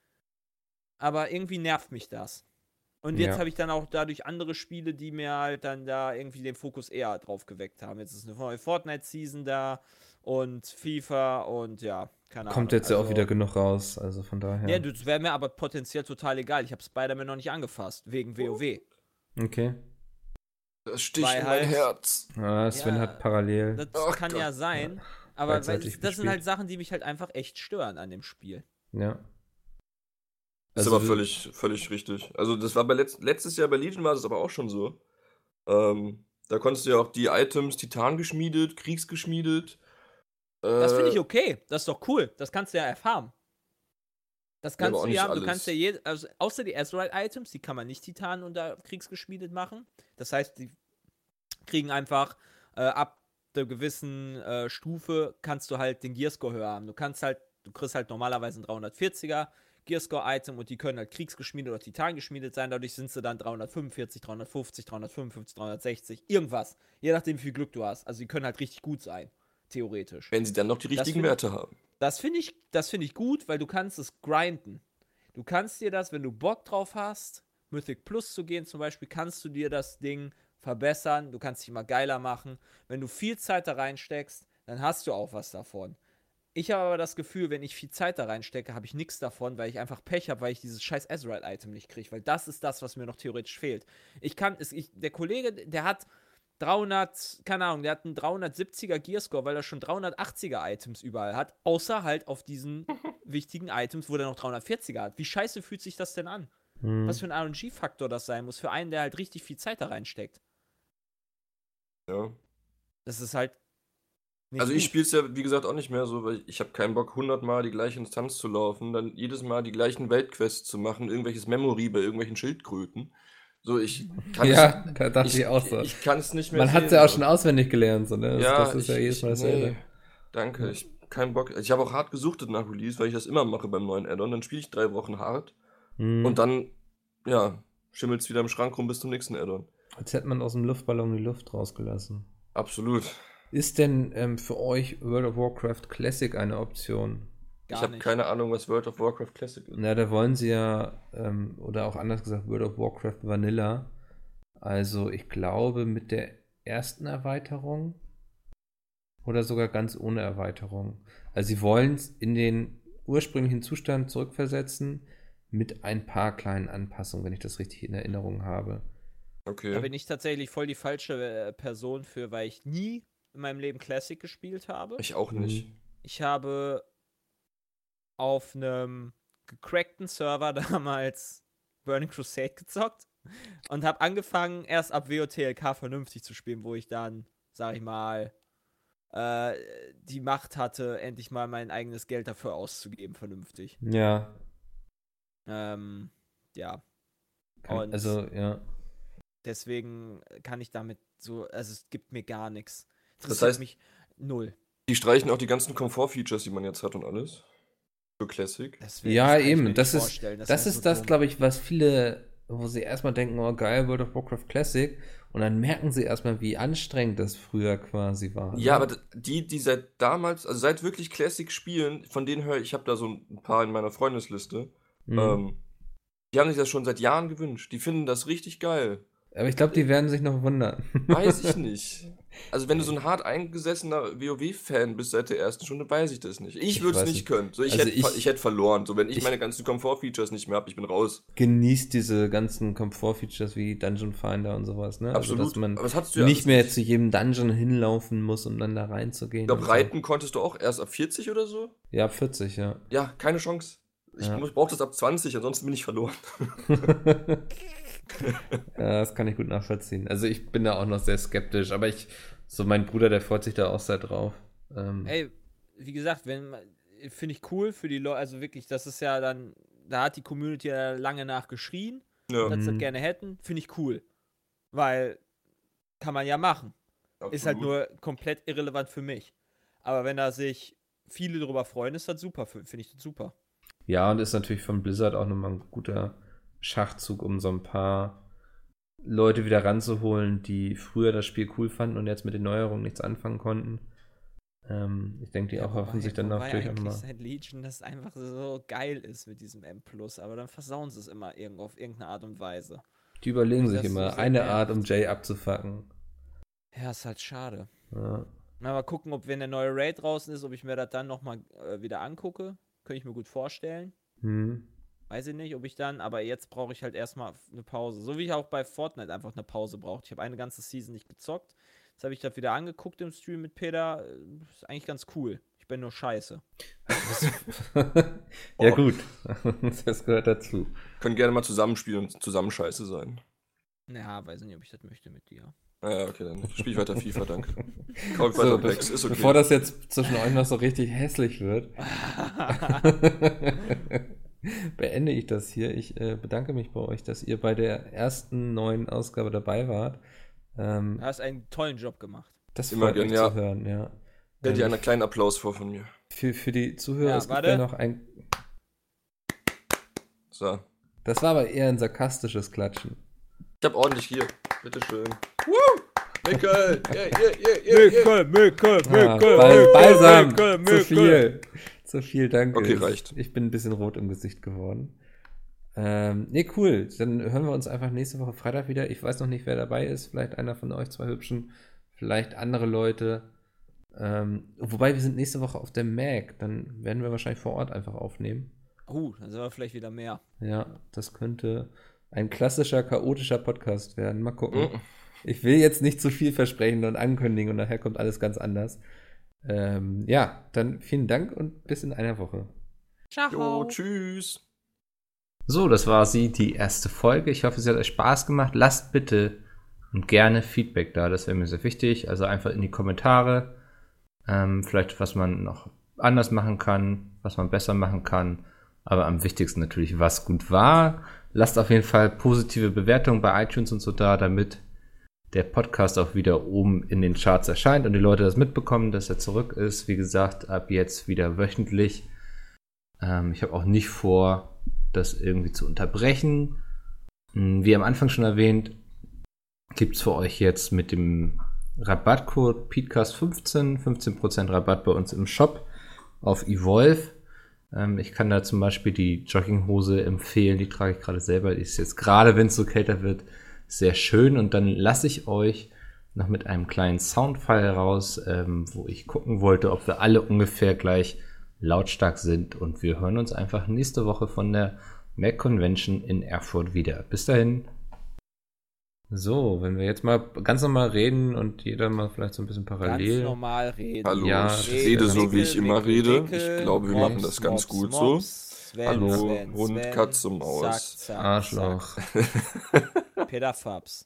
aber irgendwie nervt mich das. Und jetzt Ja. habe ich dann auch dadurch andere Spiele, die mir halt dann da irgendwie den Fokus eher drauf geweckt haben. Jetzt ist eine neue Fortnite-Season da und FIFA und ja, keine Ahnung. Kommt jetzt ja auch Also, wieder genug raus, also von daher. Ja, das wäre mir aber potenziell total egal. Ich habe Spider-Man noch nicht angefasst, wegen WoW. Okay. Das sticht Weil in mein halt- Herz. Ah, Sven Ja, hat parallel. Das Ach kann Gott. ja sein, aber weil, Beidseitig das sind bespielt. halt Sachen, die mich halt einfach echt stören an dem Spiel. Ja. Ist Also aber du- völlig, völlig richtig. Also das war bei letzt, letztes Jahr bei Legion war das aber auch schon so. Ähm, da konntest du ja auch die Items Titan geschmiedet, Kriegsgeschmiedet. Äh, Das finde ich okay. Das ist doch cool. Das kannst du ja erfahren. Das Ja, kannst aber auch du nicht ja, du alles. kannst ja je, also außer die Azerite-Items, die kann man nicht Titan oder kriegsgeschmiedet machen. Das heißt, die kriegen einfach äh, ab der gewissen äh, Stufe kannst du halt den Gearscore höher haben. Du kannst halt, du kriegst halt normalerweise ein dreihundertvierziger Gearscore-Item und die können halt kriegsgeschmiedet oder Titan geschmiedet sein. Dadurch sind sie dann dreihundertfünfundvierzig, dreihundertfünfzig, dreihundertfünfundfünfzig, dreihundertsechzig, irgendwas. Je nachdem, wie viel Glück du hast. Also die können halt richtig gut sein, theoretisch. wenn sie dann noch die Das richtigen find- Werte haben. Das finde ich, das finde ich gut, weil du kannst es grinden. Du kannst dir das, wenn du Bock drauf hast, Mythic Plus zu gehen zum Beispiel, kannst du dir das Ding verbessern. Du kannst dich immer geiler machen. Wenn du viel Zeit da reinsteckst, dann hast du auch was davon. Ich habe aber das Gefühl, wenn ich viel Zeit da reinstecke, habe ich nichts davon, weil ich einfach Pech habe, weil ich dieses scheiß Azerite-Item nicht kriege. Weil das ist das, was mir noch theoretisch fehlt. Ich kann, es, ich, der Kollege, der hat dreihundert, keine Ahnung, der hat einen dreihundertsiebziger Gearscore, weil er schon dreihundertachtziger Items überall hat, außer halt auf diesen wichtigen Items, wo der noch dreihundertvierziger hat. Wie scheiße fühlt sich das denn an? Hm. Was für ein R N G-Faktor das sein muss für einen, der halt richtig viel Zeit da reinsteckt. Ja. Das ist halt nicht Also ich gut. spiele es ja, wie gesagt, auch nicht mehr so, weil ich habe keinen Bock, hundert Mal die gleiche Instanz zu laufen, dann jedes Mal die gleichen Weltquests zu machen, irgendwelches Memory bei irgendwelchen Schildkröten. So, ich kann Ja, es, da dachte ich, ich, auch so. ich kann es nicht mehr Man hat es sehen, ja auch aber- schon auswendig gelernt, so, ne? Das, Ja, das ist ich, ja jedes ich, Mal dasselbe. nee, danke, ich keinen Bock. Ich habe auch hart gesuchtet nach Release, weil ich das immer mache beim neuen Add-on. Dann spiele ich drei Wochen hart Hm. und dann, ja, schimmelt es wieder im Schrank rum bis zum nächsten Add-on. Als hätte man aus dem Luftballon die Luft rausgelassen. Absolut. Ist denn ähm, für euch World of Warcraft Classic eine Option? Gar ich habe nicht. keine Ahnung, was World of Warcraft Classic ist. Na, da wollen sie ja, ähm, oder auch anders gesagt, World of Warcraft Vanilla. Also ich glaube, mit der ersten Erweiterung oder sogar ganz ohne Erweiterung. Also sie wollen es in den ursprünglichen Zustand zurückversetzen mit ein paar kleinen Anpassungen, wenn ich das richtig in Erinnerung habe. Okay. Da bin ich tatsächlich voll die falsche äh, Person für, weil ich nie in meinem Leben Classic gespielt habe. Ich auch nicht. Ich habe auf einem gecrackten Server damals Burning Crusade gezockt und habe angefangen, erst ab W O T L K vernünftig zu spielen, wo ich dann, sag ich mal, äh, die Macht hatte, endlich mal mein eigenes Geld dafür auszugeben, vernünftig. Ja. Ähm, ja. Kann, Und also, ja. deswegen kann ich damit so, also es gibt mir gar nichts. Das heißt, mich null. Die streichen auch die ganzen Komfort-Features, die man jetzt hat und alles. Für Classic. Das wär, Ja, das eben. Das ist, vorstellen. das, das ist so das, dumm. glaube ich, was viele, wo sie erstmal denken, oh geil, World of Warcraft Classic. Und dann merken sie erstmal, wie anstrengend das früher quasi war. Ja, ne? aber die, die seit damals, also seit wirklich Classic spielen, von denen höre ich, ich habe da so ein paar in meiner Freundesliste, Mhm. ähm, die haben sich das schon seit Jahren gewünscht. Die finden das richtig geil. Aber ich glaube, die werden sich noch wundern. Weiß ich nicht. Also wenn du so ein hart eingesessener WoW-Fan bist seit der ersten Stunde, weiß ich das nicht. Ich Ich würde es weiß nicht nicht. können. So, ich, Also hätte, ich- ver- ich hätte verloren. So, wenn ich, ich- meine ganzen Komfort-Features nicht mehr habe, ich bin raus. Genießt diese ganzen Komfort-Features wie Dungeon Finder und sowas, ne? Absolut. Also, dass man Aber das hattest du ja nicht alles mehr nicht. zu jedem Dungeon hinlaufen muss, um dann da reinzugehen. Ich glaube, und so. reiten konntest du auch erst ab vierzig oder so. Ja, ab vierzig, ja. Ja, keine Chance. Ich Ja. muss- brauche das ab zwanzig, ansonsten bin ich verloren. Ja, das kann ich gut nachvollziehen. Also ich bin da auch noch sehr skeptisch, aber ich, so mein Bruder, der freut sich da auch sehr drauf. Ähm, Ey, wie gesagt, wenn finde ich cool für die Leute, also wirklich, das ist ja dann, da hat die Community ja lange nachgeschrien, Ja, dass sie das Mhm. gerne hätten, finde ich cool. Weil kann man ja machen. Ist halt absolut. nur komplett irrelevant für mich. Aber wenn da sich viele drüber freuen, ist das super, finde ich das super. Ja, und ist natürlich von Blizzard auch nochmal ein guter Schachzug, um so ein paar Leute wieder ranzuholen, die früher das Spiel cool fanden und jetzt mit den Neuerungen nichts anfangen konnten. Ähm, ich denke, die auch hoffen sich dann wobei natürlich auch eigentlich mal. seit Legion das einfach so geil ist mit diesem M plus, aber dann versauen sie es immer irgendwo auf irgendeine Art und Weise. Die überlegen sich das immer so sehr eine nervt. Art, um Jay abzufacken. Ja, ist halt schade. Ja. Na, mal gucken, ob wenn der neue Raid draußen ist, ob ich mir das dann nochmal äh, wieder angucke. Könnte ich mir gut vorstellen. Hm. Weiß ich nicht, ob ich dann, aber jetzt brauche ich halt erstmal eine Pause. So wie ich auch bei Fortnite einfach eine Pause brauche. Ich habe eine ganze Season nicht gezockt. Jetzt habe ich das wieder angeguckt im Stream mit Peter. Ist eigentlich ganz cool. Ich bin nur scheiße. Ja, Oh. gut. Das gehört dazu. Können gerne mal zusammenspielen und zusammen scheiße sein. Ja, weiß nicht, ob ich das möchte mit dir. Naja, okay, dann spiel ich weiter FIFA, danke. Kauf ich So, weiter be Packs, ist okay. Bevor das jetzt zwischen euch noch so richtig hässlich wird, beende ich das hier. Ich äh, bedanke mich bei euch, dass ihr bei der ersten neuen Ausgabe dabei wart. Ähm, Du hast einen tollen Job gemacht. das Immer freut gern, mich ja. zu hören, ja. Stell dir Ähm, einen kleinen Applaus vor von mir. für, für die Zuhörer, Ja, es gibt warte. ja noch ein. So. Das war aber eher ein sarkastisches Klatschen. Ich hab ordentlich hier. Bitteschön. Woo! Mikkel! Yeah, yeah, yeah, yeah, yeah. Mikkel, Ah, bal balsam, zu viel. Zu viel, danke. Okay, Ich- reicht. Ich bin ein bisschen rot im Gesicht geworden. Ähm, nee, cool. Dann hören wir uns einfach nächste Woche Freitag wieder. Ich weiß noch nicht, wer dabei ist. Vielleicht einer von euch zwei Hübschen. Vielleicht andere Leute. Ähm, wobei, wir sind nächste Woche auf der Mac. Dann werden wir wahrscheinlich vor Ort einfach aufnehmen. Uh, dann sind wir vielleicht wieder mehr. Ja, das könnte ein klassischer, chaotischer Podcast werden. Mal gucken. Mhm. Ich will jetzt nicht zu viel versprechen und ankündigen und nachher kommt alles ganz anders. Ähm, ja, dann vielen Dank und bis in einer Woche. Ciao. Jo, tschüss. So, das war sie, die erste Folge. Ich hoffe, sie hat euch Spaß gemacht. Lasst bitte und gerne Feedback da, das wäre mir sehr wichtig. Also einfach in die Kommentare. Ähm, vielleicht, was man noch anders machen kann, was man besser machen kann. Aber am wichtigsten natürlich, was gut war. Lasst auf jeden Fall positive Bewertungen bei iTunes und so da, damit der Podcast auch wieder oben in den Charts erscheint und die Leute das mitbekommen, dass er zurück ist. Wie gesagt, ab jetzt wieder wöchentlich. Ähm, ich habe auch nicht vor, das irgendwie zu unterbrechen. Wie am Anfang schon erwähnt, gibt es für euch jetzt mit dem Rabattcode Peatcast fünfzehn, fünfzehn Prozent Rabatt bei uns im Shop auf Evolve. Ähm, ich kann da zum Beispiel die Jogginghose empfehlen, die trage ich gerade selber. Die ist jetzt gerade, wenn es so kälter wird, sehr schön. Und dann lasse ich euch noch mit einem kleinen Soundfile raus, ähm, wo ich gucken wollte, ob wir alle ungefähr gleich lautstark sind. Und wir hören uns einfach nächste Woche von der Mac Convention in Erfurt wieder. Bis dahin. So, wenn wir jetzt mal ganz normal reden und jeder mal vielleicht so ein bisschen parallel. Ganz normal reden. Hallo, Ja, ich rede so, wie ich immer rede. Ich glaube, wir machen das ganz gut so. Sven, Hallo, Sven, Hund, Sven, Katze, Maus. Zack, zack, Arschloch. zack. Peter Fabs.